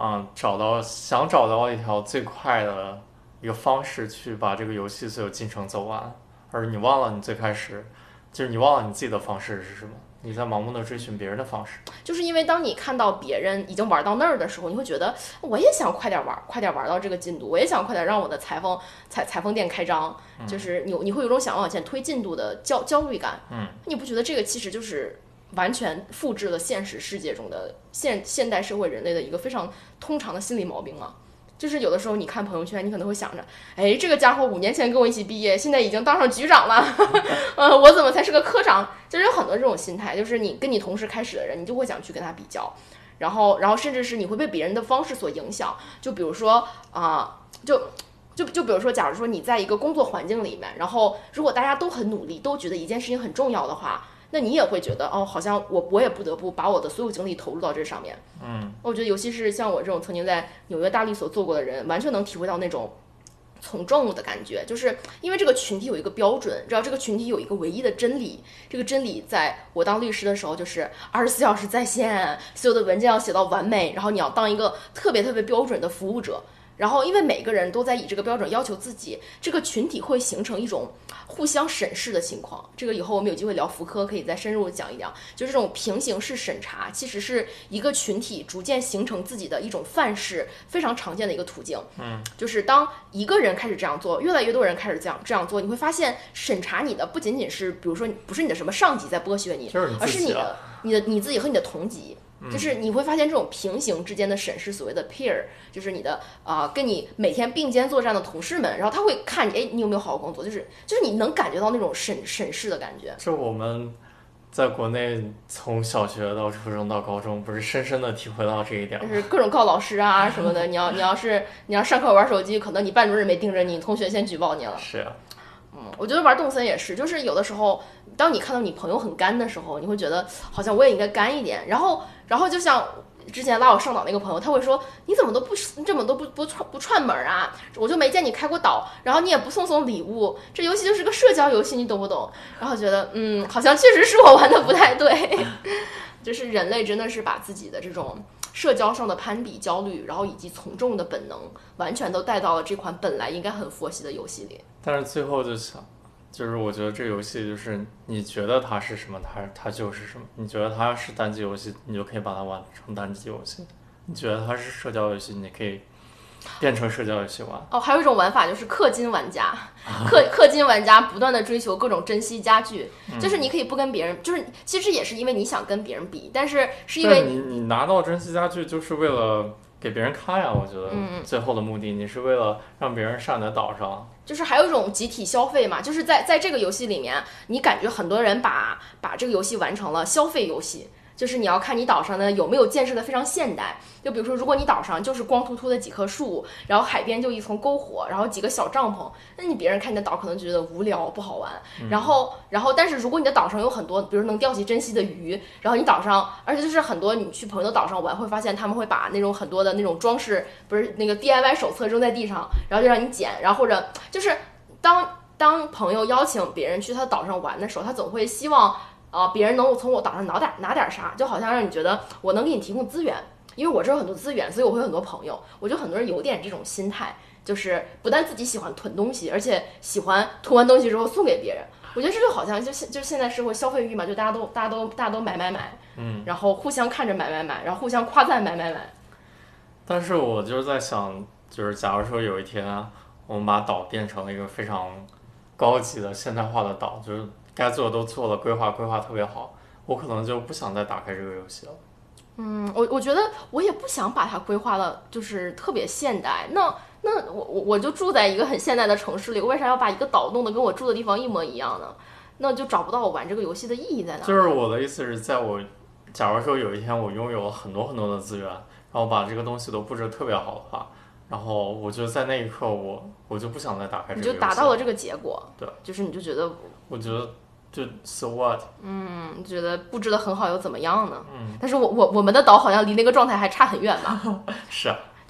嗯，找到想找到一条最快的一个方式去把这个游戏所有进程走完，而你忘了你最开始，就是你忘了你自己的方式是什么，你在盲目的追寻别人的方式。 就是因为当你看到别人已经玩到那儿的时候，你会觉得我也想快点玩，快点玩到这个进度，我也想快点让我的裁缝裁裁缝店开张， 嗯、 就是你你会有种想往前推进度的焦焦虑感。 嗯， 你不觉得这个其实就是完全复制了现实世界中的现现代社会人类的一个非常通常的心理毛病吗？就是有的时候你看朋友圈，你可能会想着，哎，这个家伙五年前跟我一起毕业，现在已经当上局长了，呃，我怎么才是个科长？就是有很多这种心态，就是你跟你同时开始的人，你就会想去跟他比较，然后，然后甚至是你会被别人的方式所影响。就比如说啊、呃，就就就比如说，假如说你在一个工作环境里面，然后如果大家都很努力，都觉得一件事情很重要的话，那你也会觉得哦，好像我我也不得不把我的所有精力投入到这上面。 嗯， 我觉得尤其是像我这种曾经在纽约大律所做过的人，完全能体会到那种从众的感觉，就是因为这个群体有一个标准，知道这个群体有一个唯一的真理，这个真理在我当律师的时候就是二十四小时在线，所有的文件要写到完美，然后你要当一个特别特别标准的服务者。然后因为每个人都在以这个标准要求自己，这个群体会形成一种互相审视的情况。这个以后我们有机会聊福柯可以再深入讲一讲，就是这种平行式审查其实是一个群体逐渐形成自己的一种范式，非常常见的一个途径。 嗯， 就是当一个人开始这样做，越来越多人开始这样这样做，你会发现审查你的不仅仅是比如说不是你的什么上级在剥削你， 就是你自己啊、 而是你的你的你自己和你的同级。就是你会发现这种平行之间的审视，所谓的 peer， 就是你的啊、呃、跟你每天并肩作战的同事们，然后他会看你，哎，你有没有好好工作，就是就是你能感觉到那种审审视的感觉。 这我们在国内从小学到初中到高中，不是深深的体会到这一点吗？ 就是各种告老师啊什么的，你要你要是你要上课玩手机，可能你班主任没盯着你，同学先举报你了。 是啊。 嗯，我觉得玩动森也是，就是有的时候，当你看到你朋友很干的时候，你会觉得好像我也应该干一点。然后，然后就像之前拉我上岛那个朋友，他会说你怎么都不你怎么都不不串不串门啊？我就没见你开过岛，然后你也不送送礼物，这游戏就是个社交游戏，你懂不懂？然后觉得嗯，好像确实是我玩的不太对，就是人类真的是把自己的这种社交上的攀比焦虑，然后以及从众的本能，完全都带到了这款本来应该很佛系的游戏里。 但是最后就想，就是我觉得这游戏就是你觉得它是什么，它它就是什么。你觉得它是单机游戏，你就可以把它玩成单机游戏；你觉得它是社交游戏，你可以变成社交游戏玩。 哦，还有一种玩法就是氪金玩家，氪氪金玩家不断的追求各种珍稀家具， 嗯、 就是你可以不跟别人，就是其实也是因为你想跟别人比，但是是因为你你拿到珍稀家具就是为了给别人看呀，我觉得最后的目的，你是为了让别人上你的岛上。 就是还有一种集体消费嘛，就是在在这个游戏里面，你感觉很多人把把这个游戏完成了消费游戏。就是你要看你岛上呢有没有建设的非常现代，就比如说如果你岛上就是光秃秃的几棵树，然后海边就一层篝火，然后几个小帐篷，那你别人看你的岛可能觉得无聊不好玩。然后然后但是如果你的岛上有很多比如能钓起珍稀的鱼，然后你岛上而且就是很多你去朋友的岛上玩会发现他们会把那种很多的那种装饰不是那个 D I Y 手册扔在地上，然后就让你捡，然后或者就是当当朋友邀请别人去他岛上玩的时候，他总会希望啊、呃，别人能够从我岛上拿点拿点啥，就好像让你觉得我能给你提供资源，因为我这有很多资源，所以我会有很多朋友。我觉得很多人有点这种心态，就是不但自己喜欢囤东西，而且喜欢囤完东西之后送给别人。我觉得这就好像就就现在社会消费欲嘛，就大家都大家都大家都买买买， 嗯， 然后互相看着买买买，然后互相夸赞买买买。 但是我就是在想，就是假如说有一天、啊、我们把岛变成了一个非常高级的现代化的岛，就是该做的都做了，规划规划特别好，我可能就不想再打开这个游戏了。 嗯，我我觉得我也不想把它规划的，就是特别现代。那那我我我就住在一个很现代的城市里，我为啥要把一个岛弄得跟我住的地方一模一样呢？那就找不到我玩这个游戏的意义在哪。 就是我的意思是在我，假如说有一天我拥有了很多很多的资源，然后把这个东西都布置得特别好的话，然后我就在那一刻我我就不想再打开这个游戏， 你就达到了这个结果。 对， 就是你就觉得， 我觉得。就 so what？ 嗯，你觉得布置的很好又怎么样呢？ 嗯， 但是我我我们的岛好像离那个状态还差很远吧？ 是啊，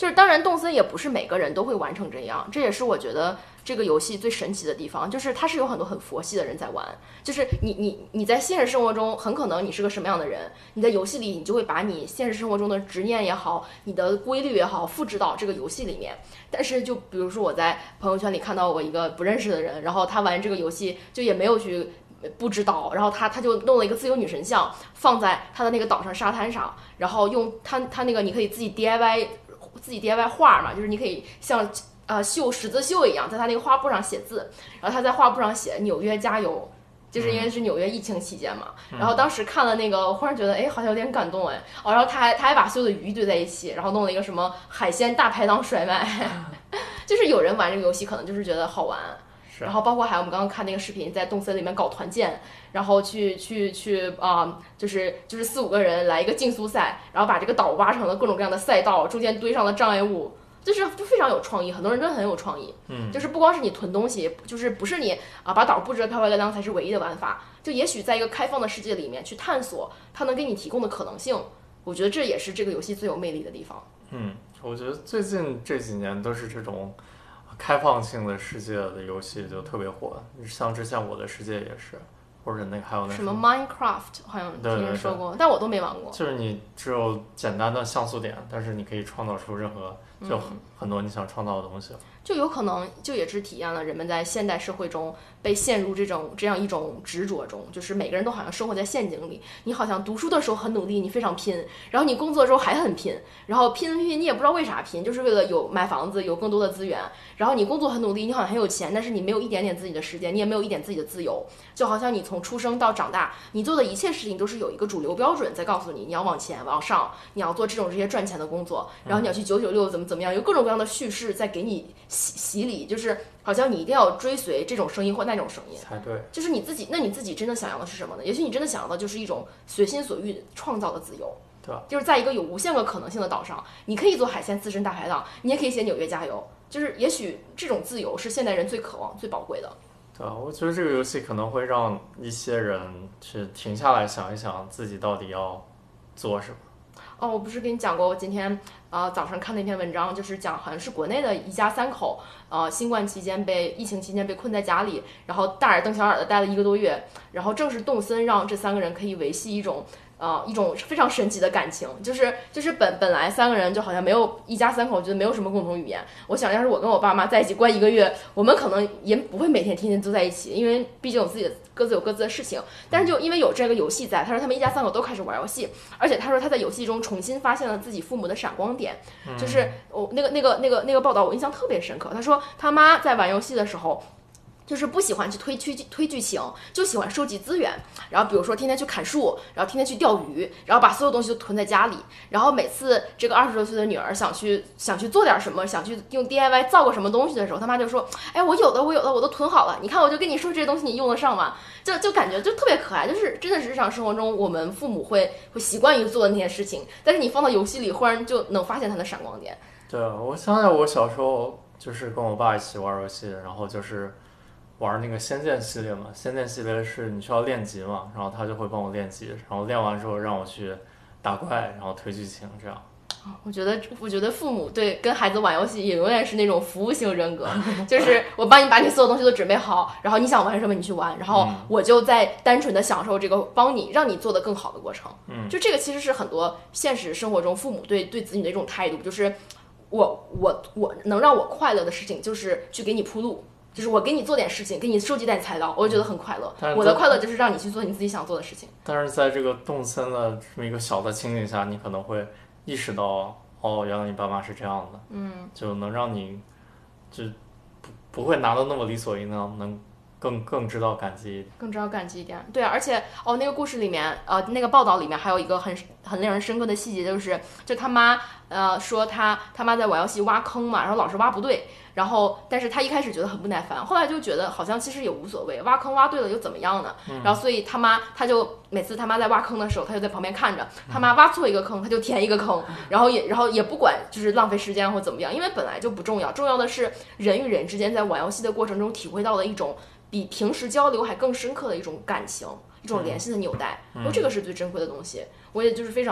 就是当然动森也不是每个人都会完成这样，这也是我觉得这个游戏最神奇的地方，就是它是有很多很佛系的人在玩，就是你你你在现实生活中很可能你是个什么样的人，你在游戏里你就会把你现实生活中的执念也好，你的规律也好复制到这个游戏里面。但是就比如说我在朋友圈里看到我一个不认识的人，然后他玩这个游戏就也没有去不知道，然后他他就弄了一个自由女神像放在他的那个岛上沙滩上，然后用他他那个你可以自己 D I Y 自己 D I Y 画嘛，就是你可以像呃绣十字绣一样，在他那个画布上写字，然后他在画布上写纽约加油，就是因为是纽约疫情期间嘛。 嗯、 然后当时看了那个，我忽然觉得哎好像有点感动哎，哦，然后他还他还把所有的鱼堆在一起，然后弄了一个什么海鲜大排档甩卖，就是有人玩这个游戏可能就是觉得好玩。然后包括还有我们刚刚看那个视频，在动森里面搞团建，然后去去去啊、呃，就是就是四五个人来一个竞速赛，然后把这个岛挖成了各种各样的赛道，中间堆上了障碍物，就是就非常有创意，很多人真的很有创意。 嗯， 就是不光是你囤东西，就是不是你啊把岛布置得漂漂亮亮才是唯一的玩法，就也许在一个开放的世界里面去探索它能给你提供的可能性，我觉得这也是这个游戏最有魅力的地方。 嗯，我觉得最近这几年都是这种开放性的世界的游戏就特别火，像之前我的世界也是，或者那个还有那什么 Minecraft 好像听人说过， 对对对， 但我都没玩过。 就是你只有简单的像素点，但是你可以创造出任何就很、嗯、很多你想创造的东西。 就有可能就也是体验了人们在现代社会中被陷入这种这样一种执着中，就是每个人都好像生活在陷阱里。你好像读书的时候很努力，你非常拼，然后你工作的时候还很拼，然后拼拼你也不知道为啥拼，就是为了有买房子，有更多的资源。然后你工作很努力，你好像很有钱，但是你没有一点点自己的时间，你也没有一点自己的自由。就好像你从出生到长大，你做的一切事情都是有一个主流标准在告诉你，你要往前往上，你要做这种这些赚钱的工作，然后你要去九九六怎么怎么样，有各种各样的叙事在给你洗洗礼，就是好像你一定要追随这种声音或那种声音才对。 就是你自己，那你自己真的想要的是什么呢？也许你真的想要的就是一种随心所欲创造的自由。 对， 就是在一个有无限个可能性的岛上，你可以做海鲜刺身大排档，你也可以写纽约加油。就是也许这种自由是现代人最渴望、最宝贵的。 对，我觉得这个游戏可能会让一些人去停下来想一想自己到底要做什么。 哦，我不是跟你讲过，我今天呃早上看那篇文章，就是讲好像是国内的一家三口，呃新冠期间被疫情期间被困在家里，然后大眼瞪小眼的待了一个多月，然后正是动森让这三个人可以维系一种。呃，一种非常神奇的感情，就是就是本本来三个人就好像没有一家三口，觉得没有什么共同语言。我想要是我跟我爸妈在一起关一个月，我们可能也不会每天天天都在一起，因为毕竟有自己的各自有各自的事情。但是就因为有这个游戏在，他说他们一家三口都开始玩游戏，而且他说他在游戏中重新发现了自己父母的闪光点，就是我、哦、那个那个那个那个报道我印象特别深刻。他说他妈在玩游戏的时候。就是不喜欢去推推推剧情，就喜欢收集资源。然后比如说天天去砍树，然后天天去钓鱼，然后把所有东西都囤在家里。然后每次这个二十多岁的女儿想去想去做点什么，想去用 D I Y 造个什么东西的时候，他妈就说：“哎，我有的，我有的，我都囤好了。你看，我就跟你说这些东西，你用得上吗？”就就感觉就特别可爱，就是真的是日常生活中我们父母会会习惯于做的那些事情，但是你放到游戏里，忽然就能发现它的闪光点。 对，我想想，我小时候就是跟我爸一起玩游戏，然后就是。玩那个仙剑系列嘛，仙剑系列是你需要练级嘛，然后他就会帮我练级，然后练完之后让我去打怪，然后推剧情这样。 我觉得，我觉得父母对跟孩子玩游戏也永远是那种服务性人格，就是我帮你把你所有东西都准备好，然后你想玩什么你去玩，然后我就在单纯的享受这个帮你让你做得更好的过程。 嗯， 就这个其实是很多现实生活中父母对对子女的一种态度，就是我我我能让我快乐的事情就是去给你铺路。就是我给你做点事情，给你收集点材料，我就觉得很快乐。我的快乐就是让你去做你自己想做的事情。 但是在这个动森的这么一个小的情景下，你可能会意识到，哦，原来你爸妈是这样的， 嗯， 就能让你就不不会拿得那么理所应当，能更更知道感激， 更知道感激一点。对啊，而且哦，那个故事里面，呃，那个报道里面还有一个很很令人深刻的细节，就是就他妈呃说他他妈在玩游戏挖坑嘛，然后老是挖不对。然后，但是他一开始觉得很不耐烦，后来就觉得好像其实也无所谓，挖坑挖对了又怎么样呢？ 嗯、 然后，所以他妈他就每次他妈在挖坑的时候，他就在旁边看着，他妈挖错一个坑，他就填一个坑，然后也然后也不管就是浪费时间或怎么样，因为本来就不重要，重要的是人与人之间在玩游戏的过程中体会到的一种比平时交流还更深刻的一种感情，一种联系的纽带， 嗯、 说这个是最珍贵的东西。我也就是非常。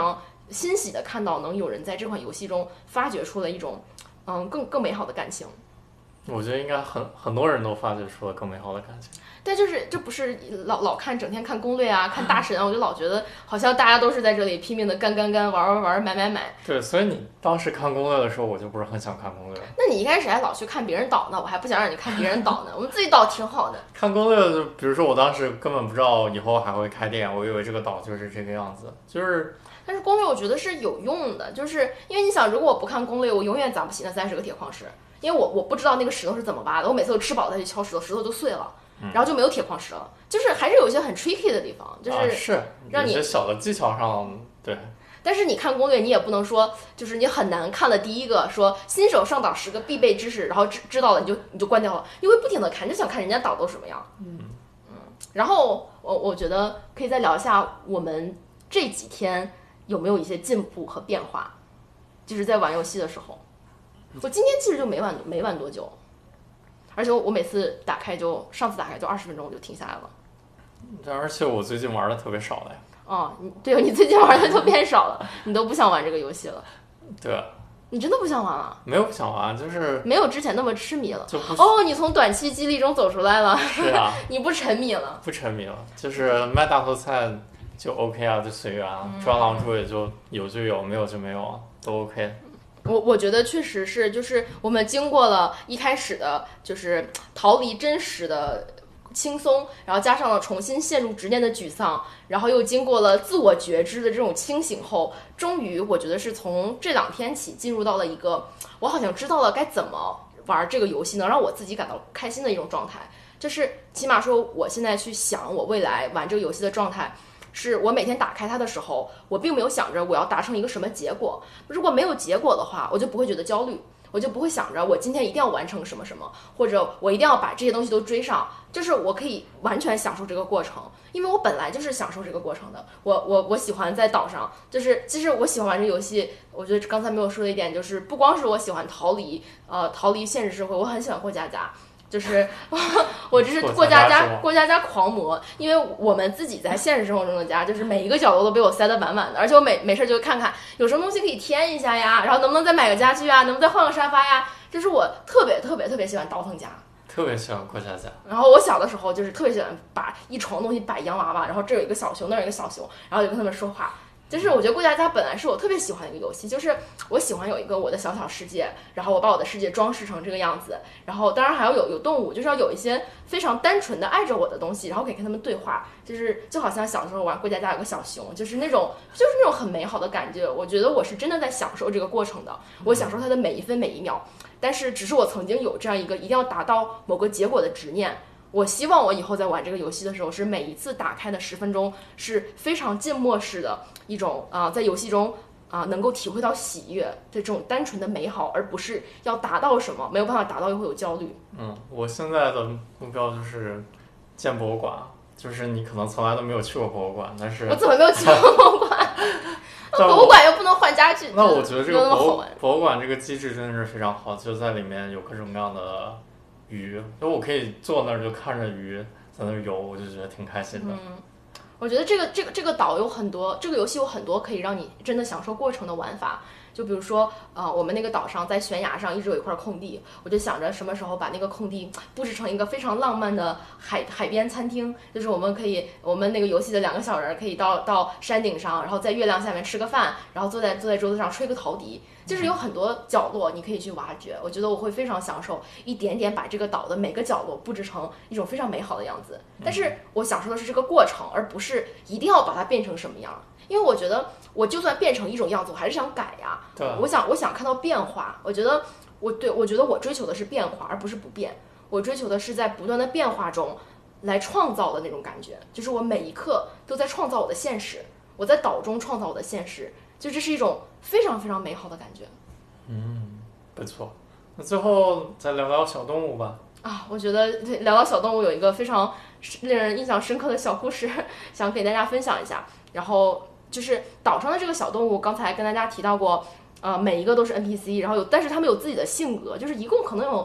欣喜的看到能有人在这款游戏中发掘出了一种嗯更更美好的感情。 我觉得应该很很多人都发掘出了更美好的感情。 但就是这不是老老看整天看攻略啊看大神啊，我就老觉得好像大家都是在这里拼命的干干干玩玩玩买买买。 对，所以你当时看攻略的时候，我就不是很想看攻略。 那你一开始还老去看别人导呢，我还不想让你看别人导呢，我们自己导挺好的。 看攻略就比如说我当时根本不知道以后还会开店，我以为这个岛就是这个样子，就是但是攻略我觉得是有用的，就是因为你想，如果我不看攻略，我永远攒不起那三十个铁矿石，因为我我不知道那个石头是怎么挖的，我每次都吃饱再去敲石头，石头就碎了，然后就没有铁矿石了，就是还是有一些很 tricky 的地方，就是啊、是让你有些小的技巧上对。 但是你看攻略，你也不能说就是你很难看了第一个说新手上岛十个必备知识，然后知知道了你就你就关掉了，你会不停的看，就想看人家岛都什么样。 嗯嗯，然后我我觉得可以再聊一下我们这几天有没有一些进步和变化，就是在玩游戏的时候。我今天其实就没玩没玩多久，而且我每次打开就上次打开就二十分钟我就停下来了。 而且我最近玩的特别少了呀。 哦，你对你最近玩的就变少了，你都不想玩这个游戏了。 对， 你真的不想玩了？ 没有不想玩，就是没有之前那么痴迷了。 就不哦，你从短期激励中走出来了。 是啊， 你不沉迷了， 不沉迷了，就是卖大头菜就 OK 啊，就随缘啊，抓狼蛛也就有就有，没有就没有，都 OK。 我我觉得确实是，就是我们经过了一开始的，就是逃离真实的轻松，然后加上了重新陷入执念的沮丧，然后又经过了自我觉知的这种清醒后，终于我觉得是从这两天起进入到了一个我好像知道了该怎么玩这个游戏能让我自己感到开心的一种状态，就是起码说我现在去想我未来玩这个游戏的状态。是我每天打开它的时候，我并没有想着我要达成一个什么结果。如果没有结果的话，我就不会觉得焦虑，我就不会想着我今天一定要完成什么什么，或者我一定要把这些东西都追上。就是我可以完全享受这个过程，因为我本来就是享受这个过程的。我我我喜欢在岛上，就是其实我喜欢玩这游戏。我觉得刚才没有说的一点就是，不光是我喜欢逃离，呃，逃离现实社会，我很喜欢过家家。就是我这是过家家过家家狂魔，因为我们自己在现实生活中的家，就是每一个角落都被我塞得满满的，而且我每没事就看看有什么东西可以添一下呀，然后能不能再买个家具啊，能不能再换个沙发呀，这是我特别特别特别喜欢倒腾家， 特别喜欢过家家。 然后我小的时候就是特别喜欢把一床东西摆洋娃娃，然后这有一个小熊，那有一个小熊，然后就跟他们说话。就是我觉得过家家本来是我特别喜欢的一个游戏，就是我喜欢有一个我的小小世界，然后我把我的世界装饰成这个样子，然后当然还要有有动物，就是要有一些非常单纯的爱着我的东西，然后可以跟他们对话，就是就好像小时候玩过家家有个小熊，就是那种就是那种很美好的感觉。我觉得我是真的在享受这个过程的，我享受它的每一分每一秒，但是只是我曾经有这样一个一定要达到某个结果的执念。我希望我以后在玩这个游戏的时候，是每一次打开的十分钟是非常静默式的一种啊、呃，在游戏中啊、呃、能够体会到喜悦的这种单纯的美好，而不是要达到什么没有办法达到又会有焦虑。 嗯，我现在的目标就是建博物馆，就是你可能从来都没有去过博物馆，但是我怎么没有去过博物馆？博物馆又不能换家具。 那我觉得这个博物博物馆这个机制真的是非常好，就在里面有各种各样的鱼，因为我可以坐那儿就看着鱼在那儿游，我就觉得挺开心的。 嗯，我觉得这个这个这个岛有很多，这个游戏有很多可以让你真的享受过程的玩法。就比如说，呃，我们那个岛上在悬崖上一直有一块空地，我就想着什么时候把那个空地布置成一个非常浪漫的海海边餐厅，就是我们可以，我们那个游戏的两个小人可以到到山顶上，然后在月亮下面吃个饭，然后坐在坐在桌子上吹个陶笛，就是有很多角落你可以去挖掘。我觉得我会非常享受一点点把这个岛的每个角落布置成一种非常美好的样子，但是我享受的是这个过程，而不是一定要把它变成什么样。因为我觉得我就算变成一种样子，我还是想改呀。 对， 我想我想看到变化。我觉得我对我觉得我追求的是变化，而不是不变。我追求的是在不断的变化中来创造的那种感觉，就是我每一刻都在创造我的现实，我在岛中创造我的现实，就这是一种非常非常美好的感觉。 嗯，不错。那最后再聊聊小动物吧。 啊，我觉得聊到小动物有一个非常令人印象深刻的小故事，想给大家分享一下。然后就是岛上的这个小动物，刚才跟大家提到过，呃，每一个都是 N P C， 然后有，但是他们有自己的性格，就是一共可能有一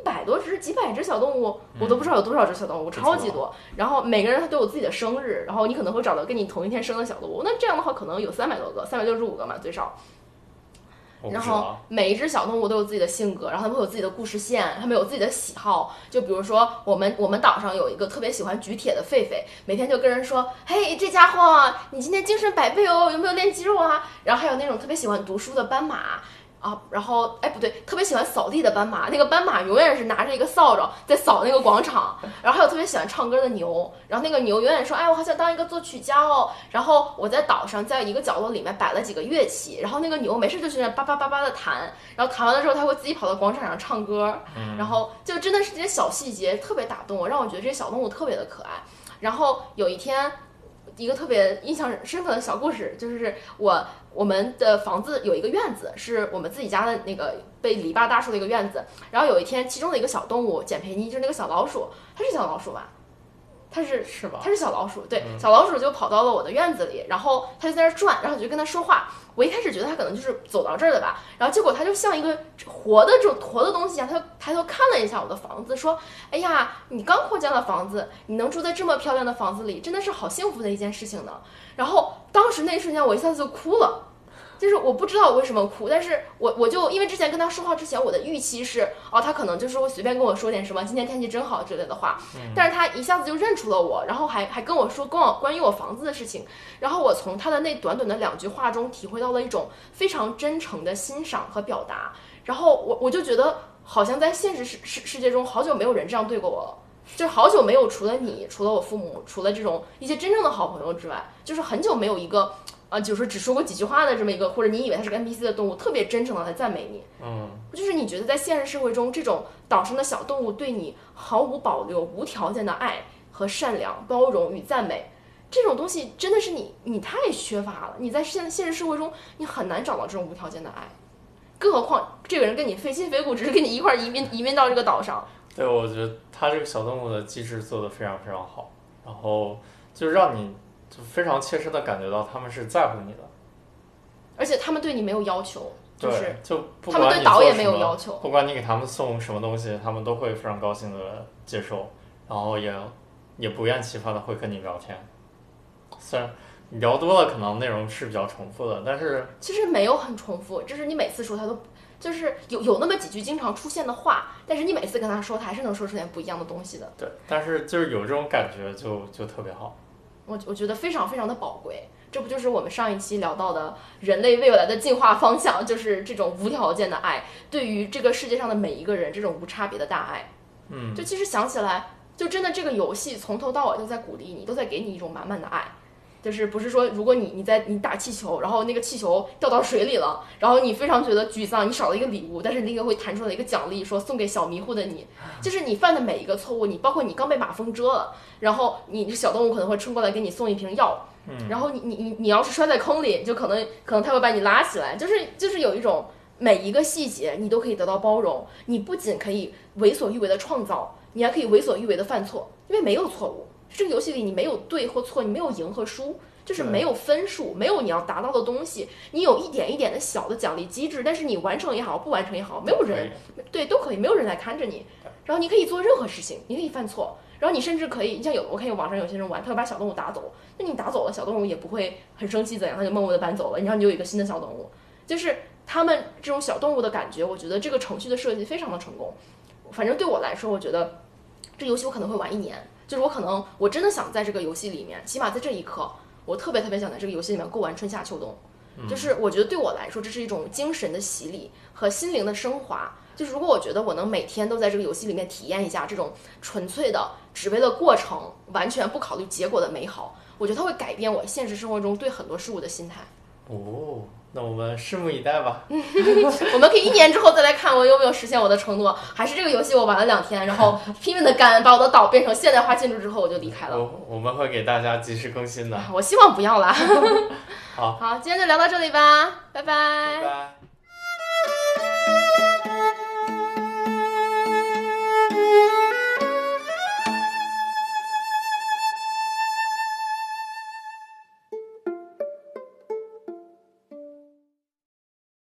一百多只、几百只小动物，我都不知道有多少只小动物，嗯、超级多。然后每个人他都有自己的生日，然后你可能会找到跟你同一天生的小动物，那这样的话可能有三百多个，三百六十五个嘛最少。然后每一只小动物都有自己的性格，然后它们会有自己的故事线，它们有自己的喜好。就比如说我们我们岛上有一个特别喜欢举铁的狒狒，每天就跟人说，嘿，这家伙你今天精神百倍哦，有没有练肌肉啊？然后还有那种特别喜欢读书的斑马啊，然后哎不对，特别喜欢扫地的斑马，那个斑马永远是拿着一个扫帚在扫那个广场。然后还有特别喜欢唱歌的牛，然后那个牛永远说，哎，我好想当一个作曲家哦。然后我在岛上在一个角落里面摆了几个乐器，然后那个牛没事就去那叭叭叭叭的弹，然后弹完了之后他会自己跑到广场上唱歌，然后就真的是这些小细节特别打动我，让我觉得这些小动物特别的可爱。然后有一天，一个特别印象深刻的小故事，就是我我们的房子有一个院子，是我们自己家的那个被篱笆搭出的一个院子。然后有一天，其中的一个小动物简培妮，就是那个小老鼠，它是小老鼠吧？它是是吧？ 它是小老鼠，对，嗯、小老鼠就跑到了我的院子里，然后它就在那儿转，然后我就跟它说话。我一开始觉得它可能就是走到这儿的吧，然后结果它就像一个活的这种活的东西一样，它就抬头看了一下我的房子，说：“哎呀，你刚扩建了房子，你能住在这么漂亮的房子里，真的是好幸福的一件事情呢。”然后当时那一瞬间，我一下子就哭了。就是我不知道我为什么哭，但是我我就因为之前跟他说话之前，我的预期是哦，他可能就是会随便跟我说点什么今天天气真好之类的话，嗯、但是他一下子就认出了我，然后还还跟我说跟我关于我房子的事情，然后我从他的那短短的两句话中体会到了一种非常真诚的欣赏和表达，然后我我就觉得好像在现实世世世界中好久没有人这样对过我了。就是好久没有除了你，除了我父母，除了这种一些真正的好朋友之外，就是很久没有一个啊、呃，就是只说过几句话的这么一个，或者你以为它是个 N P C 的动物，特别真诚的来赞美你。 嗯， 就是你觉得在现实社会中，这种岛上的小动物对你毫无保留、无条件的爱和善良、包容与赞美，这种东西真的是你你太缺乏了。你在现现实社会中，你很难找到这种无条件的爱，更何况这个人跟你非亲非故，只是跟你一块移民移民到这个岛上。 对，我觉得他这个小动物的机制做得非常非常好，然后就让你就非常切身的感觉到他们是在乎你的， 而且他们对你没有要求，就是就不他们对岛也没有要求， 不管你给他们送什么东西，他们都会非常高兴的接受，然后也也不厌其烦的会跟你聊天，虽然你聊多了可能内容是比较重复的，但是其实没有很重复，就是你每次说他都。就是有有那么几句经常出现的话，但是你每次跟他说，他还是能说出点不一样的东西的。 对，但是就是有这种感觉就就特别好。 我我觉得非常非常的宝贵，这不就是我们上一期聊到的人类未来的进化方向，就是这种无条件的爱，对于这个世界上的每一个人，这种无差别的大爱。 嗯， 就其实想起来，就真的这个游戏从头到尾都在鼓励你，都在给你一种满满的爱。就是不是说，如果你你在你打气球，然后那个气球掉到水里了，然后你非常觉得沮丧，你少了一个礼物，但是那个会弹出来一个奖励，说送给小迷糊的你。就是你犯的每一个错误，你包括你刚被马蜂蛰了，然后你小动物可能会冲过来给你送一瓶药， 嗯， 然后你你你你要是摔在坑里，就可能可能他会把你拉起来，就是就是有一种每一个细节你都可以得到包容，你不仅可以为所欲为的创造，你还可以为所欲为的犯错，因为没有错误。这个游戏里你没有对或错，你没有赢和输，就是没有分数，没有你要达到的东西，你有一点一点的小的奖励机制，但是你完成也好，不完成也好，没有人对都可以，没有人来看着你，然后你可以做任何事情，你可以犯错，然后你甚至可以，像有我看有网上有些人玩，他会把小动物打走，那你打走了，小动物也不会很生气怎样，他就默默的搬走了，然后你就有一个新的小动物，就是他们这种小动物的感觉，我觉得这个程序的设计非常的成功，反正对我来说，我觉得这游戏我可能会玩一年。就是我可能我真的想在这个游戏里面，起码在这一刻，我特别特别想在这个游戏里面过完春夏秋冬。就是我觉得对我来说，这是一种精神的洗礼和心灵的升华。就是如果我觉得我能每天都在这个游戏里面体验一下这种纯粹的只为了过程，完全不考虑结果的美好，我觉得它会改变我现实生活中对很多事物的心态。 哦，那我们拭目以待吧。 我们可以一年之后再来看我有没有实现我的承诺，还是这个游戏我玩了两天，然后拼命的干，把我的岛变成现代化建筑之后我就离开了。 我我们会给大家及时更新的。 我希望不要啦。 好， 好，今天就聊到这里吧，拜拜。 拜拜。